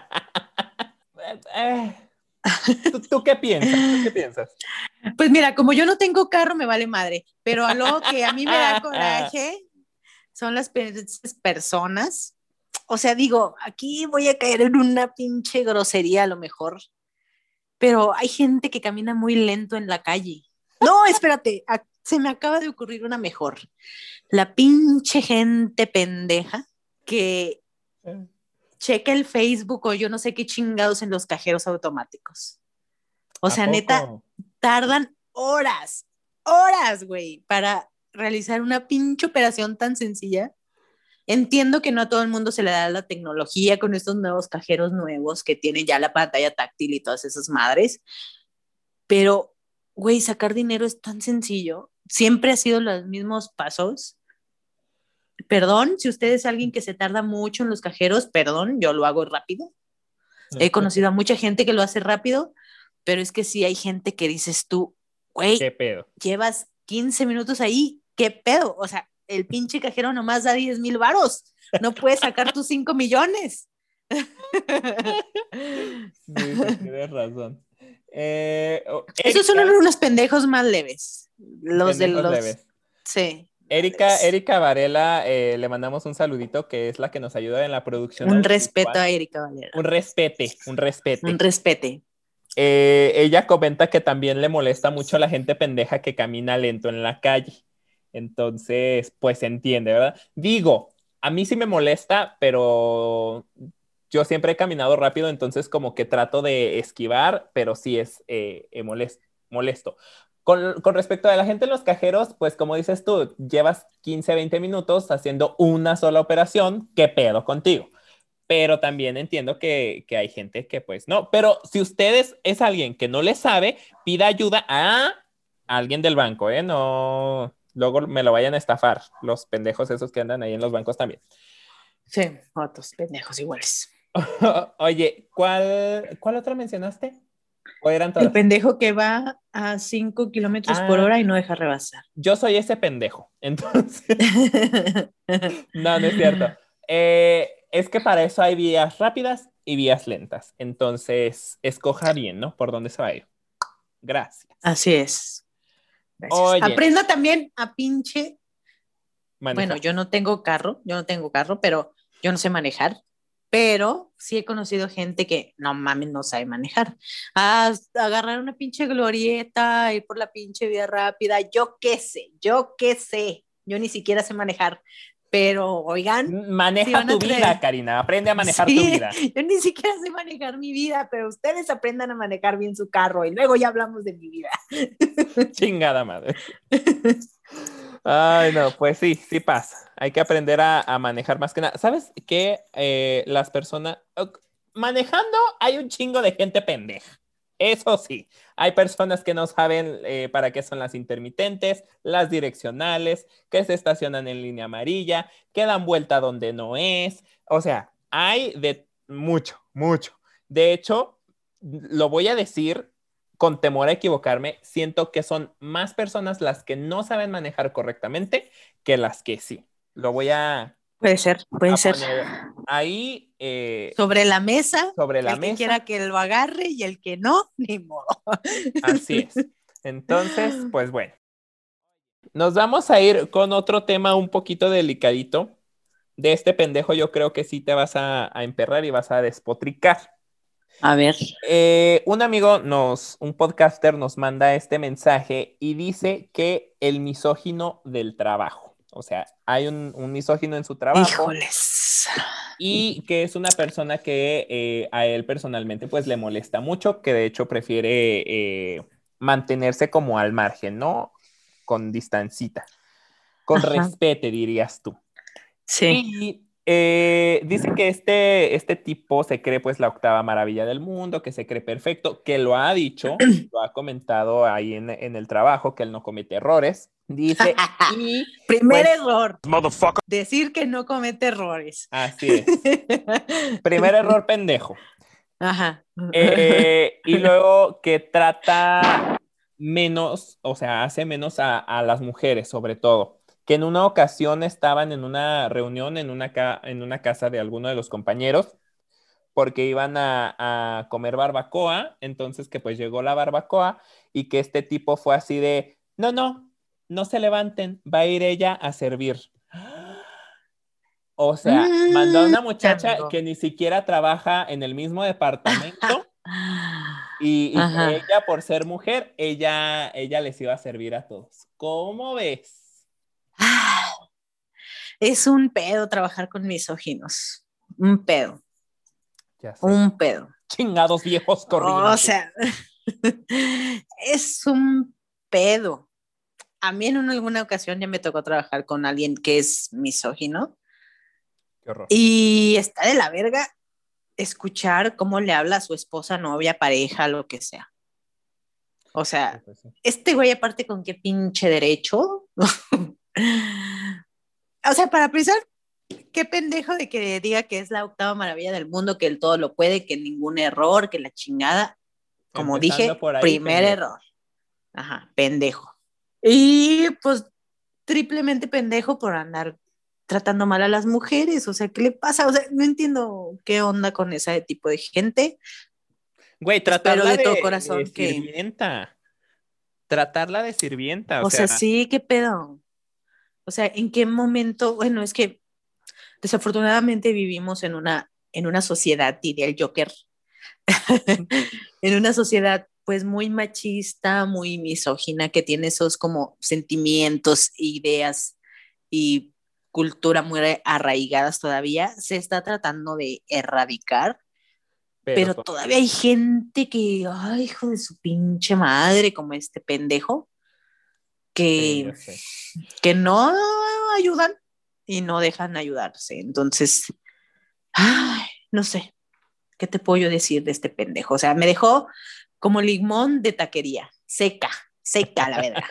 Eh, ¿tú, tú qué piensas? ¿Tú qué piensas? Pues mira, como yo no tengo carro, me vale madre, pero a lo que a mí me da coraje son las pe- personas. O sea, digo, aquí voy a caer en una pinche grosería a lo mejor, pero hay gente que camina muy lento en la calle. No, espérate, a- se me acaba de ocurrir una mejor. La pinche gente pendeja que checa el Facebook o yo no sé qué chingados en los cajeros automáticos. O ¿A sea, neta, poco? tardan horas, horas, güey, para realizar una pinche operación tan sencilla. Entiendo que no a todo el mundo se le da la tecnología con estos nuevos cajeros nuevos que tienen ya la pantalla táctil y todas esas madres, pero, güey, sacar dinero es tan sencillo. Siempre ha sido los mismos pasos. Perdón, si usted es alguien que se tarda mucho en los cajeros, perdón, yo lo hago rápido. He conocido a mucha gente que lo hace rápido, pero es que sí hay gente que dices tú, güey, ¿Qué pedo? llevas quince minutos ahí, ¿qué pedo? O sea, el pinche cajero nomás da diez mil varos, no puedes sacar tus cinco millones. Sí, sí, tienes razón. Eh, oh, Esos son Erika, unos pendejos más leves, los de pendejos los, leves. sí. Erika, Erika Varela, eh, le mandamos un saludito, que es la que nos ayuda en la producción Un respeto audiovisual. a Erika Valera. Un respete, un respete. Un respete. Eh, ella comenta que también le molesta mucho a la gente pendeja que camina lento en la calle. Entonces, pues se entiende, ¿verdad? Digo, a mí sí me molesta, pero yo siempre he caminado rápido, entonces como que trato de esquivar, pero sí es eh, eh, molesto, molesto. Con, con respecto a la gente en los cajeros, pues como dices tú, llevas quince, veinte minutos haciendo una sola operación, ¿qué pedo contigo? Pero también entiendo que, que hay gente que pues no. Pero si ustedes es alguien que no le sabe, pida ayuda a alguien del banco, ¿eh? No, luego me lo vayan a estafar, los pendejos esos que andan ahí en los bancos también. Sí, otros pendejos iguales. Oye, ¿cuál, ¿cuál otra mencionaste? ¿O eran El todas? pendejo que va a cinco kilómetros por Ah, hora y no deja rebasar. yo soy ese pendejo, entonces, no, no es cierto. Eh, es que para eso hay vías rápidas y vías lentas, entonces escoja bien, ¿no? Por dónde se va a ir. Gracias. Así es. Gracias. Oye, Aprenda también a pinche. manejar. Bueno, yo no tengo carro, yo no tengo carro, pero yo no sé manejar. Pero sí he conocido gente que no mames, no sabe manejar. A, agarrar una pinche glorieta, ir por la pinche vía rápida, yo qué sé, yo qué sé. Yo ni siquiera sé manejar. Pero, oigan. Maneja si tu vida, Karina. Aprende a manejar sí, tu vida. Yo ni siquiera sé manejar mi vida, pero ustedes aprendan a manejar bien su carro y luego ya hablamos de mi vida. Chingada madre. Ay, no, pues sí, sí pasa. Hay que aprender a, a manejar más que nada. ¿Sabes qué? Eh, las personas... Manejando hay un chingo de gente pendeja. Eso sí, hay personas que no saben eh, para qué son las intermitentes, las direccionales, que se estacionan en línea amarilla, que dan vuelta donde no es. O sea, hay de mucho, mucho. De hecho, lo voy a decir con temor a equivocarme, siento que son más personas las que no saben manejar correctamente que las que sí. Lo voy a... Puede ser, puede a ser. poner ahí... Eh, sobre la mesa, sobre la el mesa. que quiera que lo agarre y el que no, ni modo. Así es. Entonces, pues bueno. Nos vamos a ir con otro tema un poquito delicadito. De este pendejo yo creo que sí te vas a, a emperrar y vas a despotricar. A ver. Eh, un amigo nos, un podcaster nos manda este mensaje y dice que el misógino del trabajo. O sea, hay un, un misógino en su trabajo. Híjoles. Y que es una persona que eh, a él personalmente pues le molesta mucho, que de hecho prefiere eh, mantenerse como al margen, ¿no? Con distancita. Con Ajá. respeto, dirías tú. Sí. Y eh, dice que este, este tipo se cree pues la octava maravilla del mundo, que se cree perfecto, que lo ha dicho, lo ha comentado ahí en, en el trabajo, que él no comete errores. Dice, y primer pues, error, decir que no comete errores. Así es. Primer error pendejo. Ajá. Eh, y luego que trata menos, o sea, hace menos a, a las mujeres, sobre todo. Que en una ocasión estaban en una reunión en una, ca en una casa de alguno de los compañeros, porque iban a, a comer barbacoa, entonces que pues llegó la barbacoa y que este tipo fue así de, no, no, no se levanten, va a ir ella a servir. O sea, mm, mandó a una muchacha amigo. que ni siquiera trabaja en el mismo departamento y, y que ella, por ser mujer, ella, ella les iba a servir a todos. ¿Cómo ves? Es un pedo trabajar con misóginos. Un pedo. Ya sé. Un pedo. Chingados viejos corrientes. O sea, es un pedo. A mí en una, alguna ocasión ya me tocó trabajar con alguien que es misógino. Qué horror. Y está de la verga escuchar cómo le habla a su esposa, novia, pareja, lo que sea. O sea, sí, pues sí. Este güey aparte con qué pinche derecho. O sea, para pensar, qué pendejo de que diga que es la octava maravilla del mundo, que él todo lo puede, que ningún error, que la chingada. Como Empezando dije, por ahí, primer pendejo. error. Ajá, pendejo. Y pues triplemente pendejo por andar tratando mal a las mujeres. O sea, ¿qué le pasa? O sea, no entiendo qué onda con ese tipo de gente. Güey, tratarla de, de todo corazón de sirvienta. Que... Tratarla de sirvienta. O, o sea, sea, sí, qué pedo. O sea, ¿en qué momento? Bueno, es que desafortunadamente vivimos en una, en una sociedad, diría el Joker, en una sociedad pues muy machista, muy misógina, que tiene esos como sentimientos, ideas y cultura muy arraigadas todavía. Se está tratando de erradicar, pero, pero todavía hay gente que, ay, hijo de su pinche madre, como este pendejo, que, sí, que no ayudan y no dejan ayudarse. Entonces, ay, no sé, ¿qué te puedo yo decir de este pendejo? O sea, me dejó como limón de taquería, seca, seca la verdad.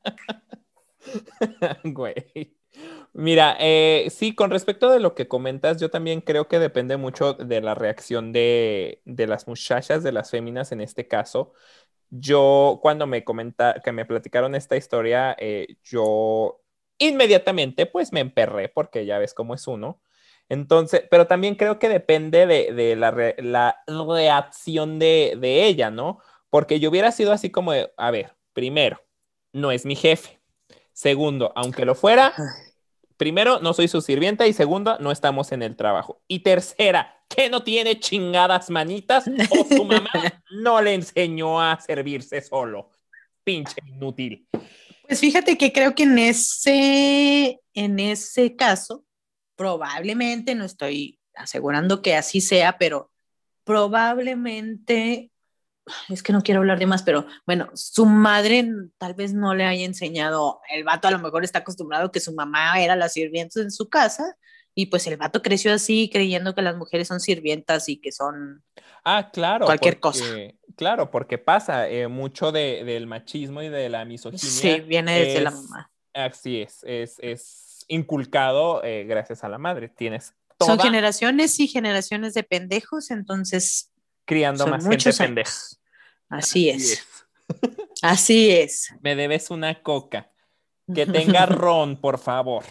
Güey. Mira, eh, sí, con respecto de lo que comentas, yo también creo que depende mucho de la reacción de, de las muchachas, de las féminas en este caso. Yo, cuando me comenta, que me platicaron esta historia, eh, yo inmediatamente pues me emperré porque ya ves cómo es uno. Entonces, pero también creo que depende de, de la, re, la reacción de, de ella, ¿no? Porque yo hubiera sido así como de, a ver, primero, no es mi jefe. Segundo, aunque lo fuera, primero, no soy su sirvienta y segundo, no estamos en el trabajo. Y tercera, que no tiene chingadas manitas o su mamá no le enseñó a servirse solo. Pinche inútil. Pues fíjate que creo que en ese, en ese caso, probablemente, no estoy asegurando que así sea, pero probablemente, es que no quiero hablar de más, pero bueno, su madre tal vez no le haya enseñado, el vato a lo mejor está acostumbrado que su mamá era la sirvienta en su casa y pues el vato creció así creyendo que las mujeres son sirvientas y que son Ah, claro, cualquier porque, cosa. claro, porque pasa eh, mucho de, del machismo y de la Sí, misoginia viene desde la es, mamá. así es, es, es inculcado eh, gracias a la madre. Tienes Son toda generaciones y generaciones de pendejos, entonces criando son más gente muchos pendeja. años. Así Así es, es. así es. Me debes una coca. Que tenga ron, por favor.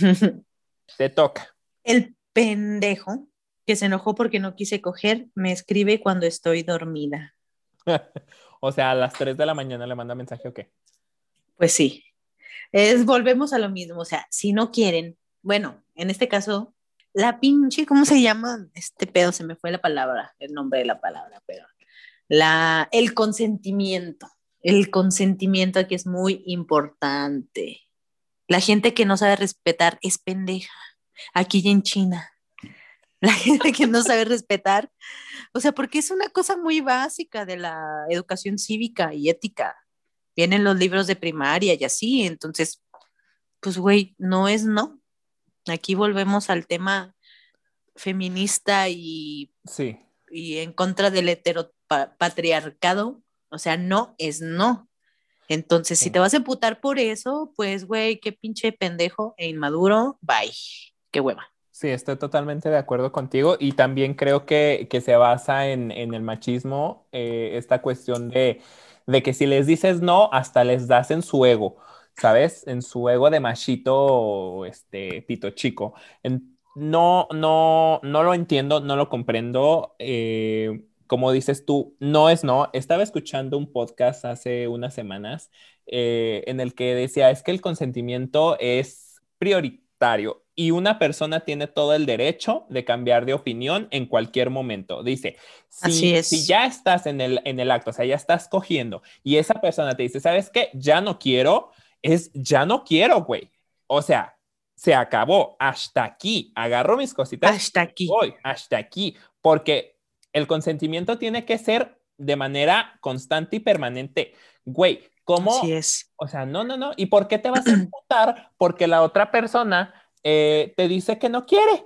Te toca. El pendejo que se enojó porque no quise coger me escribe cuando estoy dormida. O sea, a las tres de la mañana le manda mensaje o qué. Pues sí, es volvemos a lo mismo, o sea, si no quieren, bueno, en este caso, la pinche, ¿cómo se llama? Este pedo, se me fue la palabra, el nombre de la palabra, pero la, el consentimiento, el consentimiento aquí es muy importante. La gente que no sabe respetar es pendeja, aquí y en China. La gente que no sabe respetar, o sea, porque es una cosa muy básica de la educación cívica y ética. Vienen los libros de primaria y así, entonces, pues, güey, no es no. Aquí volvemos al tema feminista y, Sí. y en contra del heteropatriarcado, o sea, no es no. Entonces, si Sí. te vas a emputar por eso, pues, güey, qué pinche pendejo e inmaduro, bye, qué hueva. Sí, estoy totalmente de acuerdo contigo y también creo que, que se basa en, en el machismo eh, esta cuestión de, de que si les dices no, hasta les das en su ego, ¿sabes? En su ego de machito, este, pito chico. En- no, no, no lo entiendo, no lo comprendo. Eh, como dices tú, no es no. Estaba escuchando un podcast hace unas semanas eh, en el que decía, es que el consentimiento es prioritario y una persona tiene todo el derecho de cambiar de opinión en cualquier momento. Dice, Así si, si es. ya estás en el, en el acto, o sea, ya estás cogiendo y esa persona te dice, ¿sabes qué? Ya no quiero, es ya no quiero, güey. O sea, se acabó, hasta aquí, agarro mis cositas Hasta y aquí. voy, hasta aquí, porque el consentimiento tiene que ser de manera constante y permanente. Güey, Así ¿cómo? es. O sea, no, no, no. ¿Y por qué te vas a emputar? Porque la otra persona eh, te dice que no quiere.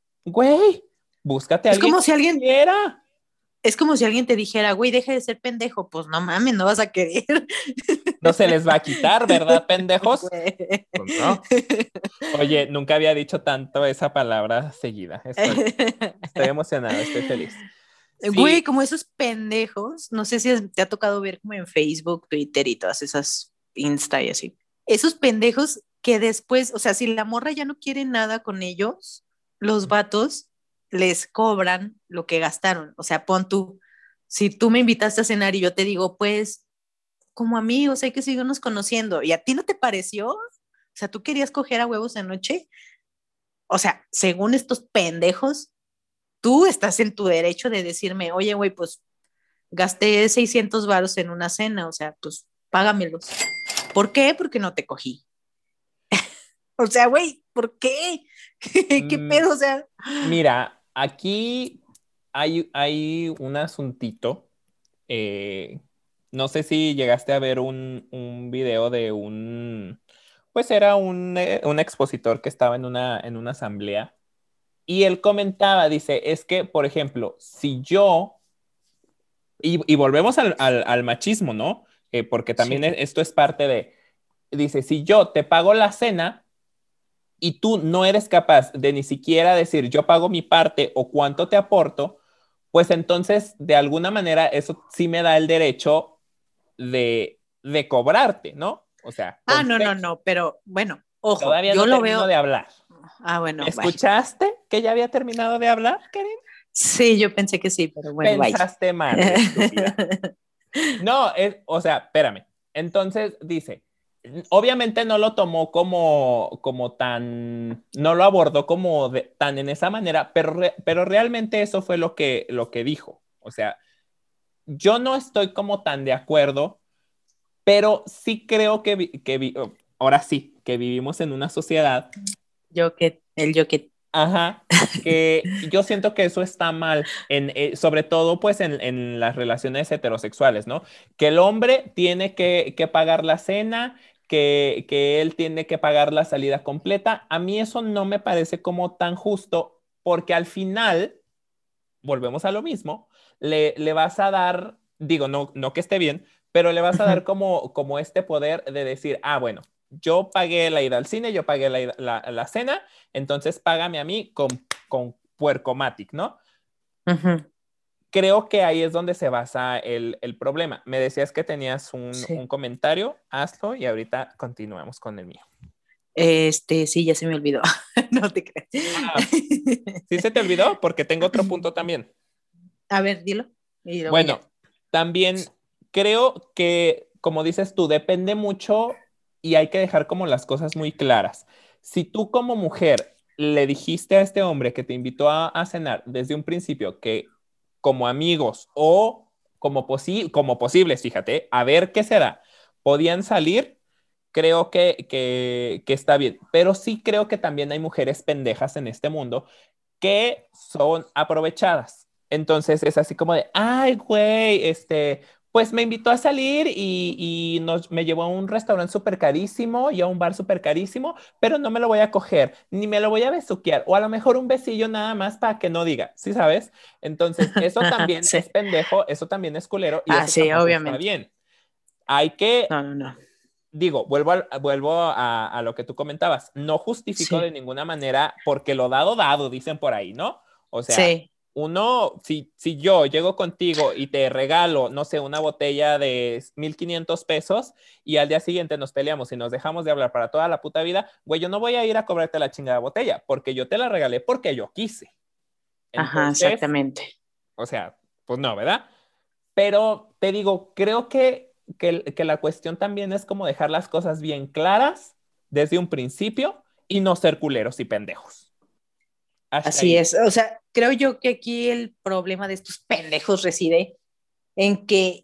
Güey, búscate a Es alguien como que si alguien, quiera. es como si alguien te dijera, güey, deje de ser pendejo. Pues no mames, no vas a querer. No se les va a quitar, ¿verdad, pendejos? Güey. Pues no. Oye, nunca había dicho tanto esa palabra seguida. Estoy, estoy emocionado, estoy feliz. Güey, Sí, como esos pendejos, no sé si te ha tocado ver como en Facebook, Twitter y todas esas Insta y así. Esos pendejos que después, o sea, si la morra ya no quiere nada con ellos, los vatos les cobran lo que gastaron. O sea, pon tú, si tú me invitaste a cenar y yo te digo, pues, como amigos, hay que seguirnos conociendo, y a ti no te pareció, o sea, tú querías coger a huevos anoche, o sea, según estos pendejos, tú estás en tu derecho de decirme, oye, güey, pues gasté seiscientos varos en una cena, o sea, pues págamelos. ¿Por qué? Porque no te cogí. O sea, güey, ¿por qué? ¿Qué mm, pedo? O sea, mira, aquí hay, hay un asuntito. eh, no sé si llegaste a ver un, un video de un, pues era un, eh, un expositor que estaba en una, en una asamblea y él comentaba, dice, es que, por ejemplo, si yo, y, y volvemos al, al, al machismo, ¿no? Eh, porque también sí. e- esto es parte de, dice, si yo te pago la cena y tú no eres capaz de ni siquiera decir yo pago mi parte o cuánto te aporto, pues entonces de alguna manera eso sí me da el derecho de, de cobrarte, ¿no? O sea, Ah, con no, no, sexo. no, pero bueno, ojo, Todavía yo no lo termino veo. de hablar. Ah, ¿Me bueno, bye. escuchaste que ya había terminado de hablar, Karen? Sí, yo pensé que sí, pero bueno, bye. Pensaste mal, estúpida. No, es, o sea, espérame. Entonces dice, obviamente no lo tomó como, como tan, no lo abordó como de, tan en esa manera, pero, re, pero realmente eso fue lo que, lo que dijo. O sea, yo no estoy como tan de acuerdo, Pero sí creo que, vi, que vi, ahora sí, que vivimos en una sociedad. Yo que, el yo que. Ajá, que yo siento que eso está mal, en, eh, sobre todo pues en, en las relaciones heterosexuales, ¿no? Que el hombre tiene que, que pagar la cena, que, que él tiene que pagar la salida completa. A mí eso no me parece como tan justo, porque al final, volvemos a lo mismo, le, le vas a dar, digo, no, no que esté bien, pero le vas a dar como, como este poder de decir, ah, bueno, yo pagué la ida al cine, yo pagué la, la, la cena, entonces págame a mí con, con Puercomatic, ¿no? Uh-huh. Creo que ahí es donde se basa el, el problema. Me decías que tenías un, Sí. un comentario, hazlo y ahorita continuamos con el mío. Este, sí, ya se me olvidó. No te creas. Ah, ¿sí se te olvidó? Porque tengo otro punto también. A ver, dilo. Y luego Bueno, ya. también creo que, como dices tú, depende mucho y hay que dejar como las cosas muy claras. Si tú como mujer le dijiste a este hombre que te invitó a, a cenar desde un principio que como amigos o como, posi como posibles, fíjate, a ver qué será, podían salir, creo que, que, que está bien. Pero sí creo que también hay mujeres pendejas en este mundo que son aprovechadas. Entonces es así como de, ay, güey, este, pues me invitó a salir y, y nos, me llevó a un restaurante súper carísimo y a un bar súper carísimo, pero no me lo voy a coger, ni me lo voy a besuquear, o a lo mejor un besillo nada más para que no diga, ¿sí sabes? Entonces, eso también Sí. es pendejo, eso también es culero y Ah, eso sí, tampoco está obviamente. bien. Hay que, No, no, no. digo, vuelvo, a, vuelvo a, a lo que tú comentabas, no justifico Sí. de ninguna manera porque lo dado, dado, dicen por ahí, ¿no? O sea, Sí. uno, si, si yo llego contigo y te regalo, no sé, una botella de mil quinientos pesos y al día siguiente nos peleamos y nos dejamos de hablar para toda la puta vida, güey, yo no voy a ir a cobrarte la chingada botella porque yo te la regalé porque yo quise. Ajá, Entonces, exactamente. o sea, pues no, ¿verdad? Pero te digo, creo que, que, que la cuestión también es como dejar las cosas bien claras desde un principio y no ser culeros y pendejos. Hasta Así ahí. es. O sea, creo yo que aquí el problema de estos pendejos reside en que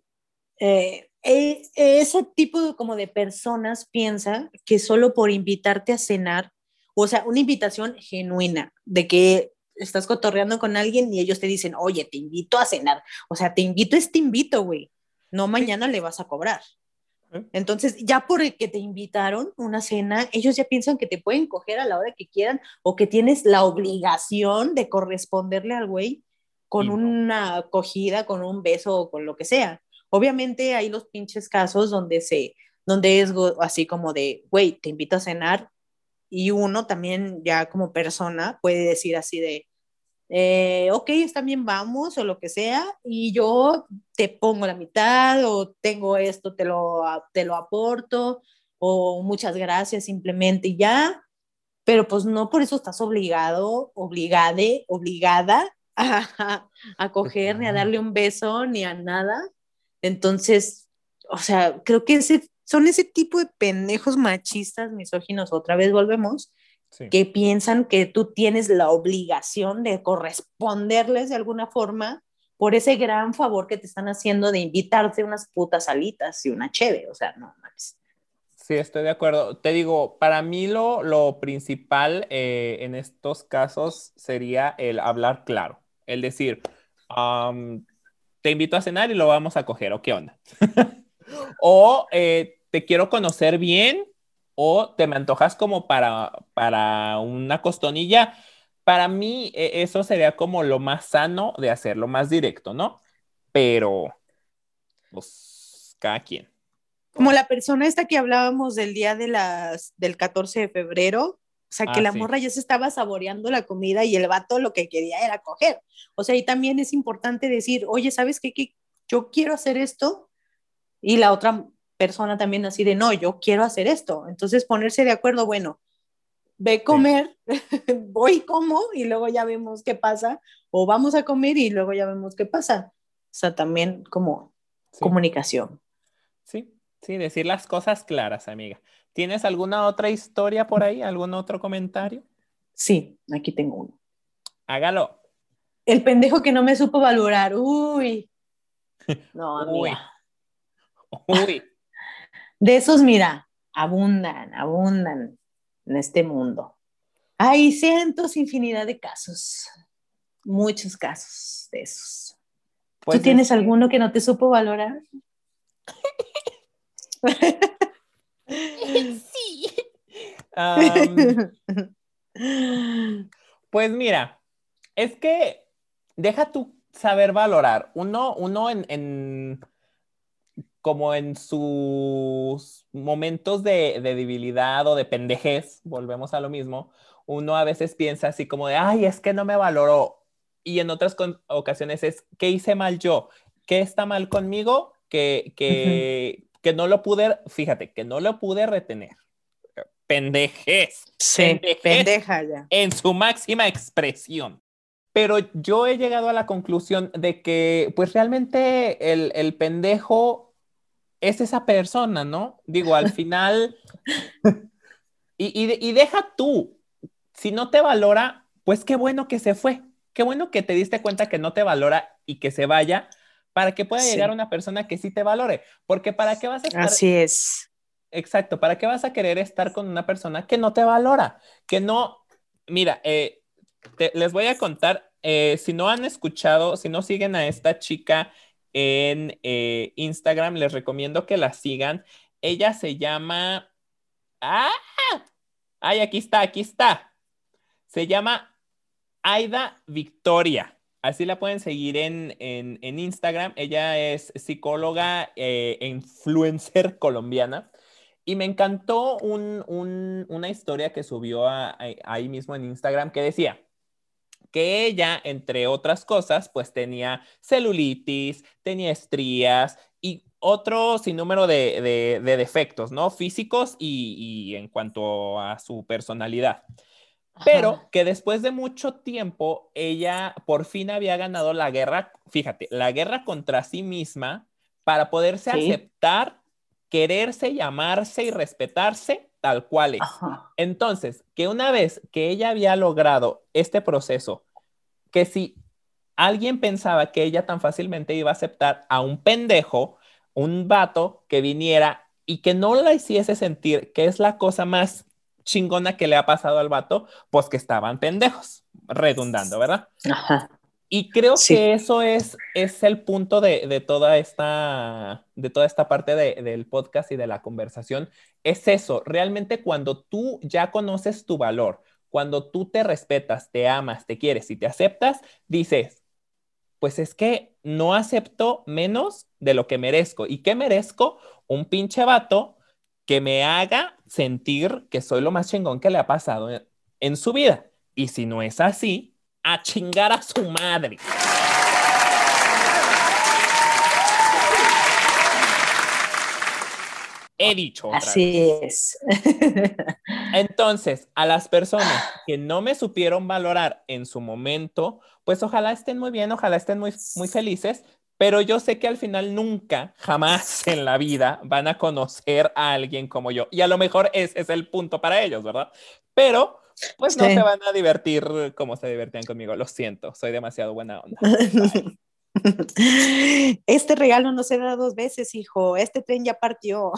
eh, eh, ese tipo como de personas piensa que solo por invitarte a cenar, o sea, una invitación genuina de que estás cotorreando con alguien y ellos te dicen, oye, te invito a cenar. O sea, te invito es te invito, güey. No Sí. mañana le vas a cobrar. Entonces, ya por el que te invitaron una cena, ellos ya piensan que te pueden coger a la hora que quieran o que tienes la obligación de corresponderle al güey con Y no. una acogida, con un beso o con lo que sea. Obviamente hay los pinches casos donde se, donde es así como de, güey, te invito a cenar y uno también ya como persona puede decir así de, eh, ok, está bien, vamos o lo que sea, y yo te pongo la mitad o tengo esto, te lo, te lo aporto o muchas gracias simplemente y ya, pero pues no por eso estás obligado, obligade, obligada a, a coger ni a darle un beso ni a nada. Entonces, o sea, creo que ese, son ese tipo de pendejos machistas, misóginos, otra vez volvemos, Sí. que piensan que tú tienes la obligación de corresponderles de alguna forma por ese gran favor que te están haciendo de invitarte unas putas alitas y una cheve, o sea, no mames. Sí, estoy de acuerdo. Te digo, para mí lo, lo principal eh, en estos casos sería el hablar claro. El decir, um, te invito a cenar y lo vamos a coger, ¿o qué onda? O eh, te quiero conocer bien, o te me antojas como para, para una costonilla. Para mí, eh, eso sería como lo más sano de hacer, lo más directo, ¿no? Pero, pues, cada quien. Como la persona esta que hablábamos del día de las, del catorce de febrero, o sea, que Ah, la sí. morra ya se estaba saboreando la comida y el vato lo que quería era coger. O sea, y también es importante decir, oye, ¿sabes qué? Que yo quiero hacer esto y la otra persona también así de, no, yo quiero hacer esto. Entonces ponerse de acuerdo, bueno, ve a Sí. comer, voy como y luego ya vemos qué pasa, o vamos a comer y luego ya vemos qué pasa. O sea, también como Sí. comunicación. Sí, sí, decir las cosas claras, amiga. ¿Tienes alguna otra historia por ahí? ¿Algún otro comentario? Sí, aquí tengo uno. Hágalo. El pendejo que no me supo valorar. Uy. No, Uy, amiga. uy. De esos, mira, abundan, abundan en este mundo. Hay cientos, infinidad de casos, muchos casos de esos. Pues ¿Tú tienes es que... alguno que no te supo valorar? Sí. Um, pues mira, es que deja tú saber valorar. Uno, uno en, en como en sus momentos de, de debilidad o de pendejez, volvemos a lo mismo, uno a veces piensa así como de, ay, es que no me valoró. Y en otras ocasiones es, ¿qué hice mal yo? ¿Qué está mal conmigo? Que, que, uh-huh. que no lo pude, fíjate, que no lo pude retener. Pendejez. Sí, pendejez pendeja ya. En su máxima expresión. Pero yo he llegado a la conclusión de que, pues realmente el, el pendejo es esa persona, ¿no? Digo, al final, y, y, y deja tú, si no te valora, pues qué bueno que se fue, qué bueno que te diste cuenta que no te valora y que se vaya para que pueda sí. llegar una persona que sí te valore, porque ¿para qué vas a estar? Así es. Exacto, ¿para qué vas a querer estar con una persona que no te valora? Que no, mira, eh, te, les voy a contar, eh, si no han escuchado, si no siguen a esta chica en eh, Instagram, les recomiendo que la sigan. Ella se llama... ¡Ah! ¡Ay, aquí está, aquí está! Se llama Aida Victoria. Así la pueden seguir en, en, en Instagram. Ella es psicóloga e eh, influencer colombiana. Y me encantó un, un, una historia que subió a, a, ahí mismo en Instagram que decía que ella, entre otras cosas, pues tenía celulitis, tenía estrías y otro sinnúmero de, de, de defectos, ¿no? Físicos y, y en cuanto a su personalidad. Pero Ajá. que después de mucho tiempo, ella por fin había ganado la guerra, fíjate, la guerra contra sí misma para poderse sí. aceptar, quererse, llamarse y respetarse tal cual es. Ajá. Entonces, que una vez que ella había logrado este proceso, que si alguien pensaba que ella tan fácilmente iba a aceptar a un pendejo, un vato que viniera y que no la hiciese sentir que es la cosa más chingona que le ha pasado al vato, pues que estaban pendejos, redundando, ¿verdad? Ajá. Y creo sí. que eso es, es el punto de, de, toda esta, de toda esta parte de, del podcast y de la conversación. Es eso, realmente cuando tú ya conoces tu valor, cuando tú te respetas, te amas, te quieres y te aceptas, dices, pues es que no acepto menos de lo que merezco. ¿Y qué merezco? Un pinche vato que me haga sentir que soy lo más chingón que le ha pasado en, en su vida. Y si no es así, a chingar a su madre. He dicho otra Así vez. es. Entonces, a las personas que no me supieron valorar en su momento, pues ojalá estén muy bien, ojalá estén muy, muy felices, pero yo sé que al final nunca, jamás en la vida van a conocer a alguien como yo. Y a lo mejor ese es el punto para ellos, ¿verdad? Pero pues sí. no se van a divertir como se divertían conmigo. Lo siento, soy demasiado buena onda. Bye. Este regalo no se da dos veces, hijo. Este tren ya partió.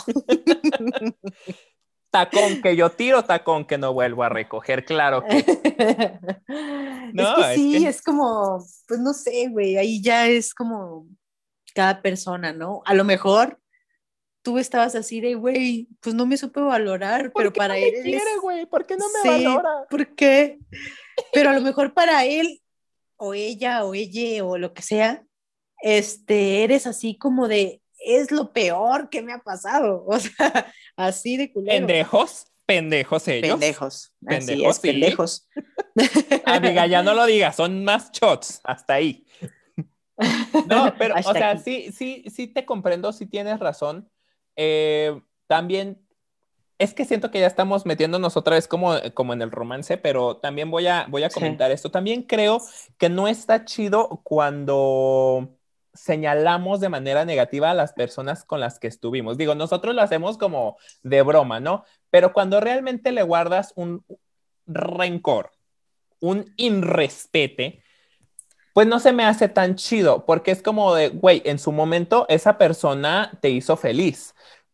Tacón que yo tiro, tacón que no vuelvo a recoger, claro que. No, es que sí, es, que... es como, pues no sé, güey, ahí ya es como cada persona, ¿no? A lo mejor tú estabas así de, güey, pues no me supe valorar, pero para no él me quiere, es... güey? ¿Por qué no me sí, valora? ¿por qué? Pero a lo mejor para él, o ella, o ella, o lo que sea, este, eres así como de, es lo peor que me ha pasado, o sea, así de culero. Pendejos, pendejos ellos. Pendejos, pendejos, así es, sí. pendejos. Amiga, ya no lo digas, son más shots, hasta ahí. No, pero, hasta o sea, aquí. sí, sí, sí te comprendo, sí tienes razón. Eh, también, es que siento que ya estamos metiéndonos otra vez como, como en el romance, pero también voy a, voy a comentar sí. esto. También creo que no está chido cuando señalamos de manera negativa a las personas con las que estuvimos. Digo, nosotros lo hacemos como de broma, ¿no? Pero cuando realmente le guardas un rencor, un irrespete, pues no se me hace tan chido, porque es como de, güey, en su momento esa persona te hizo feliz,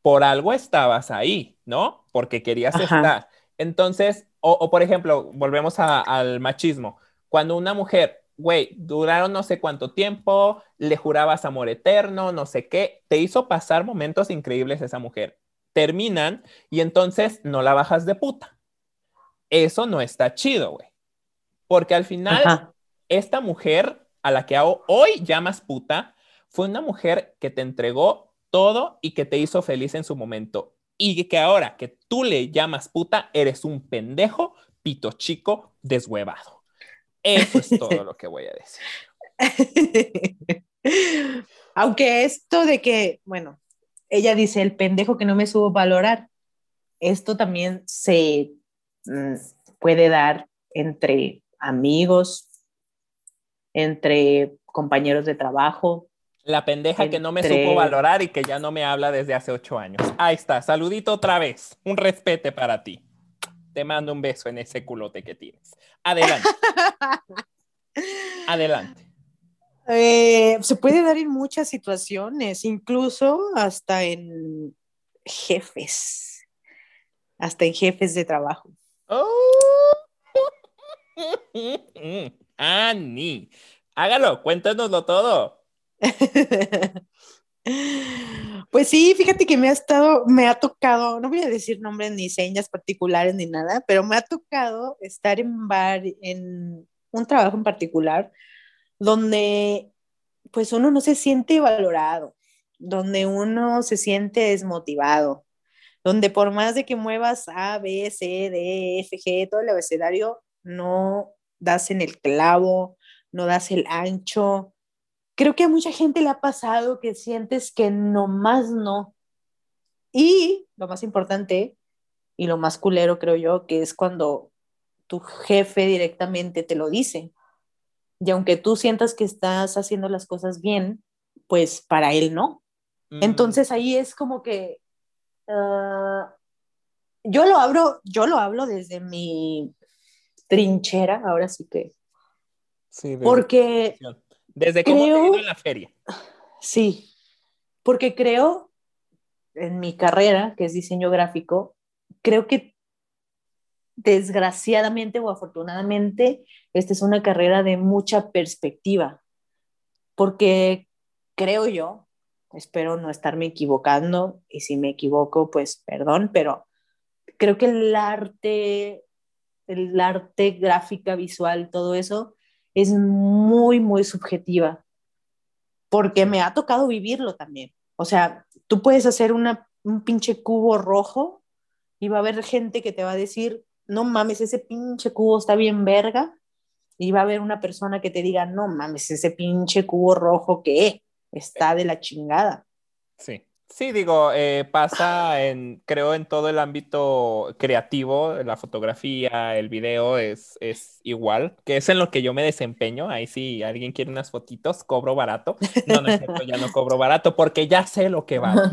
por algo estabas ahí, ¿no? Porque querías Ajá. estar. Entonces, o, o por ejemplo, volvemos a, al machismo. Cuando una mujer, güey, duraron no sé cuánto tiempo, le jurabas amor eterno, no sé qué, te hizo pasar momentos increíbles esa mujer. Terminan y entonces no la bajas de puta. Eso no está chido, güey. Porque al final, Ajá. esta mujer a la que hoy llamas puta, fue una mujer que te entregó todo y que te hizo feliz en su momento. Y que ahora que tú le llamas puta, eres un pendejo, pito chico, deshuevado. Eso es todo lo que voy a decir. Aunque esto de que, bueno, ella dice el pendejo que no me supo valorar, esto también se mm, puede dar entre amigos, entre compañeros de trabajo. La pendeja entre... que no me supo valorar y que ya no me habla desde hace ocho años. Ahí está, saludito otra vez. Un respete para ti. Te mando un beso en ese culote que tienes. Adelante. Adelante. Eh, se puede dar en muchas situaciones, incluso hasta en jefes, hasta en jefes de trabajo. Oh. Ani, hágalo, cuéntanoslo todo. Pues sí, fíjate que me ha estado, me ha tocado, no voy a decir nombres ni señas particulares ni nada, pero me ha tocado estar en bar, en un trabajo en particular, donde pues uno no se siente valorado, donde uno se siente desmotivado, donde por más de que muevas A, B, C, D, F, G, todo el abecedario, no das en el clavo, no das el ancho. Creo que a mucha gente le ha pasado que sientes que nomás no. Y lo más importante y lo más culero, creo yo, que es cuando tu jefe directamente te lo dice. Y aunque tú sientas que estás haciendo las cosas bien, pues para él no. Mm. Entonces ahí es como que uh, yo lo hablo, yo lo hablo desde mi trinchera, ahora sí que. Sí, desde porque desde creo, cómo te ha ido en la feria. Sí, porque creo en mi carrera, que es diseño gráfico, creo que desgraciadamente o afortunadamente, esta es una carrera de mucha perspectiva, porque creo yo, espero no estarme equivocando, y si me equivoco, pues perdón, pero creo que el arte, el arte gráfica, visual, todo eso, es muy, muy subjetiva, porque me ha tocado vivirlo también. O sea, tú puedes hacer una, un pinche cubo rojo y va a haber gente que te va a decir, no mames, ese pinche cubo está bien verga, y va a haber una persona que te diga, no mames, ese pinche cubo rojo que está de la chingada. Sí, sí, digo, eh, pasa en, creo, en todo el ámbito creativo, la fotografía, el video es, es igual, que es en lo que yo me desempeño. Ahí sí, alguien quiere unas fotitos, cobro barato. No, no es cierto, ya no cobro barato porque ya sé lo que vale.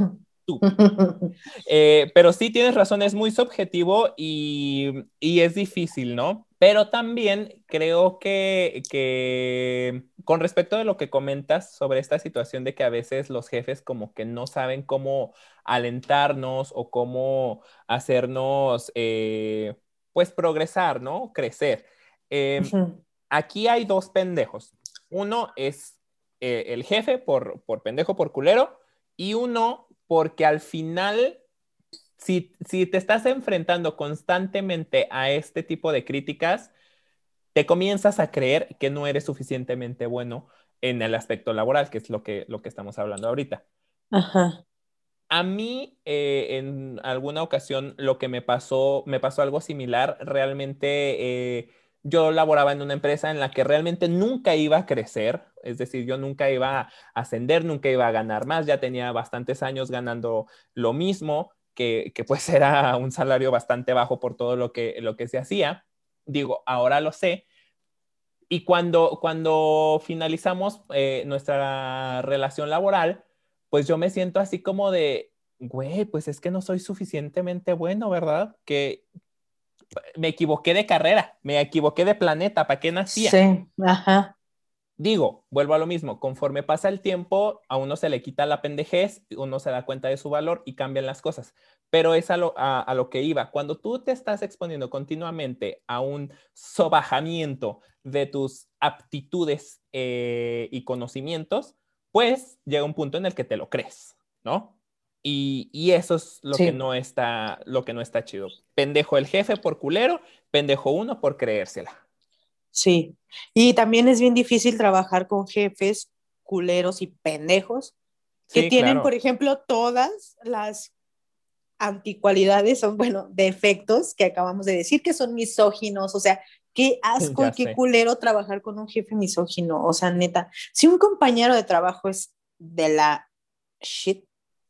Eh, pero sí tienes razón, es muy subjetivo y, y es difícil, ¿no? Pero también creo que, que con respecto de lo que comentas sobre esta situación de que a veces los jefes como que no saben cómo alentarnos o cómo hacernos eh, pues progresar, ¿no? Crecer. Eh, aquí hay dos pendejos. Uno es eh, el jefe por, por pendejo, por culero, y uno porque al final, si, si te estás enfrentando constantemente a este tipo de críticas, te comienzas a creer que no eres suficientemente bueno en el aspecto laboral, que es lo que, lo que estamos hablando ahorita. Ajá. A mí, eh, en alguna ocasión, lo que me pasó, me pasó algo similar. Realmente, eh, yo laboraba en una empresa en la que realmente nunca iba a crecer. Es decir, yo nunca iba a ascender, nunca iba a ganar más. Ya tenía bastantes años ganando lo mismo, que, que pues era un salario bastante bajo por todo lo que, lo que se hacía. Digo, ahora lo sé. Y cuando, cuando finalizamos eh, nuestra relación laboral, pues yo me siento así como de, güey, pues es que no soy suficientemente bueno, ¿verdad? Que me equivoqué de carrera, me equivoqué de planeta, ¿para qué nacía? Sí, ajá. Digo, vuelvo a lo mismo, conforme pasa el tiempo, a uno se le quita la pendejez, uno se da cuenta de su valor y cambian las cosas. Pero es a lo, a, a lo que iba. Cuando tú te estás exponiendo continuamente a un sobajamiento de tus aptitudes eh, y conocimientos, pues llega un punto en el que te lo crees, ¿no? Y, y eso es lo, sí. que no está, lo que no está chido. Pendejo el jefe por culero, pendejo uno por creérsela. Sí, y también es bien difícil trabajar con jefes culeros y pendejos que sí, tienen, claro. por ejemplo, todas las anticualidades, son, bueno, defectos que acabamos de decir, que son misóginos, o sea, qué asco y qué sé. culero trabajar con un jefe misógino, o sea, neta, si un compañero de trabajo es de la shit,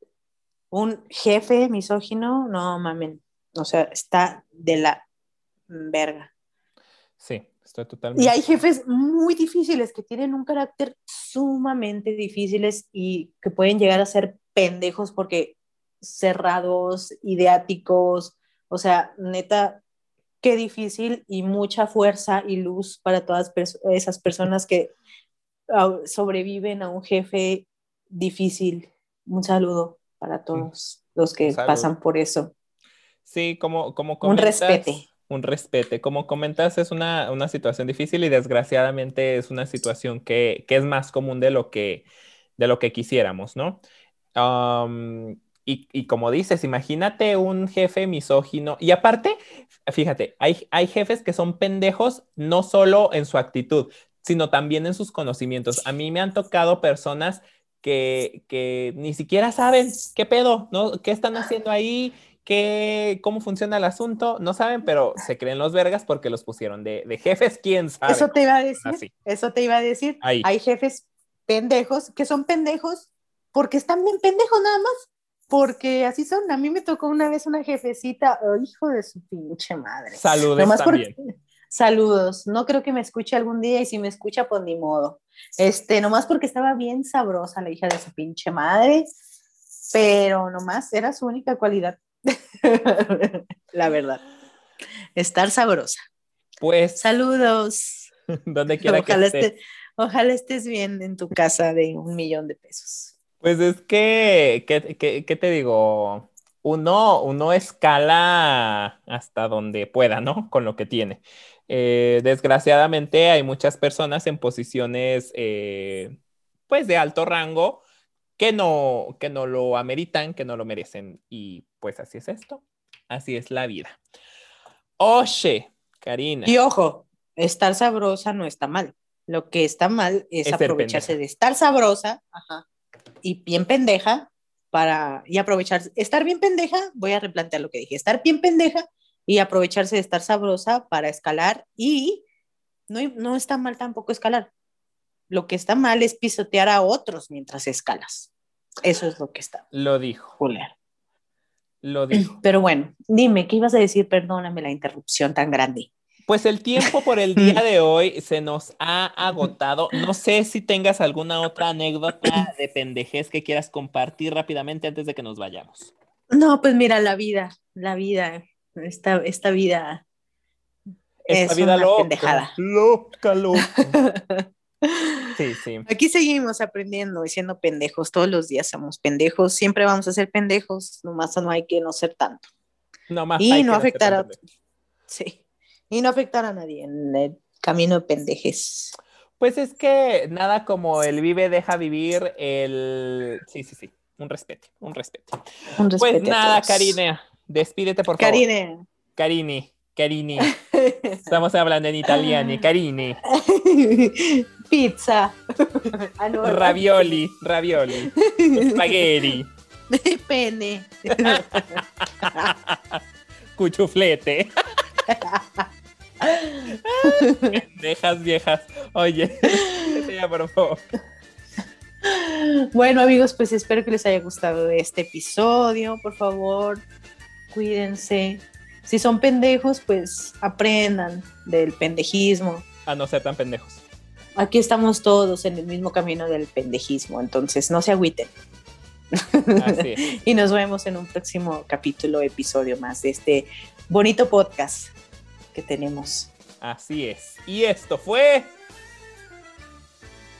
un jefe misógino, no mamen, o sea, está de la verga. Sí. Estoy totalmente... Y hay jefes muy difíciles que tienen un carácter sumamente difíciles y que pueden llegar a ser pendejos porque cerrados, ideáticos, o sea, neta, qué difícil y mucha fuerza y luz para todas pers- esas personas que uh, sobreviven a un jefe difícil. Un saludo para todos los que pasan por eso. Sí, como, como comentas... Un respeto. Un respeto. Como comentas, es una, una situación difícil y desgraciadamente es una situación que, que es más común de lo que, de lo que quisiéramos, ¿no? Um, y, y como dices, imagínate un jefe misógino. Y aparte, fíjate, hay, hay jefes que son pendejos no solo en su actitud, sino también en sus conocimientos. A mí me han tocado personas que, que ni siquiera saben qué pedo, ¿no? ¿Qué están haciendo ahí? ¿Qué, ¿Cómo funciona el asunto? No saben, pero se creen los vergas porque los pusieron de, de jefes, ¿quién sabe? Eso te iba a decir, Así. eso te iba a decir. Ahí. Hay jefes pendejos que son pendejos porque están bien pendejos nada más, porque así son. A mí me tocó una vez una jefecita, oh, hijo de su pinche madre. Saludos nomás también. Porque, saludos, no creo que me escuche algún día y si me escucha, pues ni modo. Este, nomás porque estaba bien sabrosa la hija de su pinche madre, pero nomás era su única cualidad. La verdad, estar sabrosa. Pues saludos donde quiera ojalá que estés esté, ojalá estés bien en tu casa de un millón de pesos. Pues es que ¿qué, qué, qué te digo? Uno, uno escala hasta donde pueda, ¿no? Con lo que tiene. Eh, desgraciadamente hay muchas personas en posiciones eh, pues de alto rango que no, que no lo ameritan, que no lo merecen. Y pues así es esto. Así es la vida. Oye, Karina. Y ojo, estar sabrosa no está mal. Lo que está mal es, es aprovecharse de estar sabrosa ajá, y bien pendeja para y aprovecharse. Estar bien pendeja, voy a replantear lo que dije. Estar bien pendeja y aprovecharse de estar sabrosa para escalar y no, no está mal tampoco escalar. Lo que está mal es pisotear a otros mientras escalas. Eso es lo que está. Lo dijo. Culero. Lo dijo. Pero bueno, dime, ¿qué ibas a decir? Perdóname la interrupción tan grande. Pues el tiempo por el día de hoy se nos ha agotado. No sé si tengas alguna otra anécdota de pendejez que quieras compartir rápidamente antes de que nos vayamos. No, pues mira, la vida, la vida, esta, esta vida esta es vida una loca, pendejada. Loca, loca. Sí, sí. Aquí seguimos aprendiendo y siendo pendejos. Todos los días somos pendejos. Siempre vamos a ser pendejos. Nomás no hay que no ser tanto. No más y hay no que afectar no a sí. Y no afectar a nadie en el camino de pendejes. Pues es que nada como el vive, deja vivir, el... Sí, sí, sí. Un respeto, un respeto. Un respeto pues nada, Karine. Despídete, por favor. Karine. Carini. Carini. Estamos hablando en italiano. Carini. Pizza. Ah, no, ravioli. Ravioli. Spaghetti. Pene. Cuchuflete. Pendejas viejas. Oye, ya, por favor. Bueno, amigos, pues espero que les haya gustado este episodio. Por favor, cuídense. Si son pendejos, pues aprendan del pendejismo. A no ser tan pendejos. Aquí estamos todos en el mismo camino del pendejismo, entonces no se agüiten. Así es. Y nos vemos en un próximo capítulo, episodio más de este bonito podcast que tenemos. Así es. Y esto fue...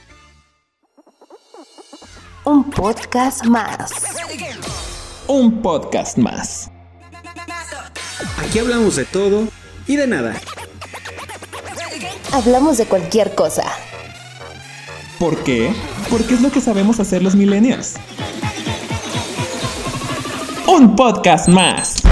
podcast más. Un podcast más. Aquí hablamos de todo y de nada. Hablamos de cualquier cosa. ¿Por qué? Porque es lo que sabemos hacer los millennials. Un podcast más.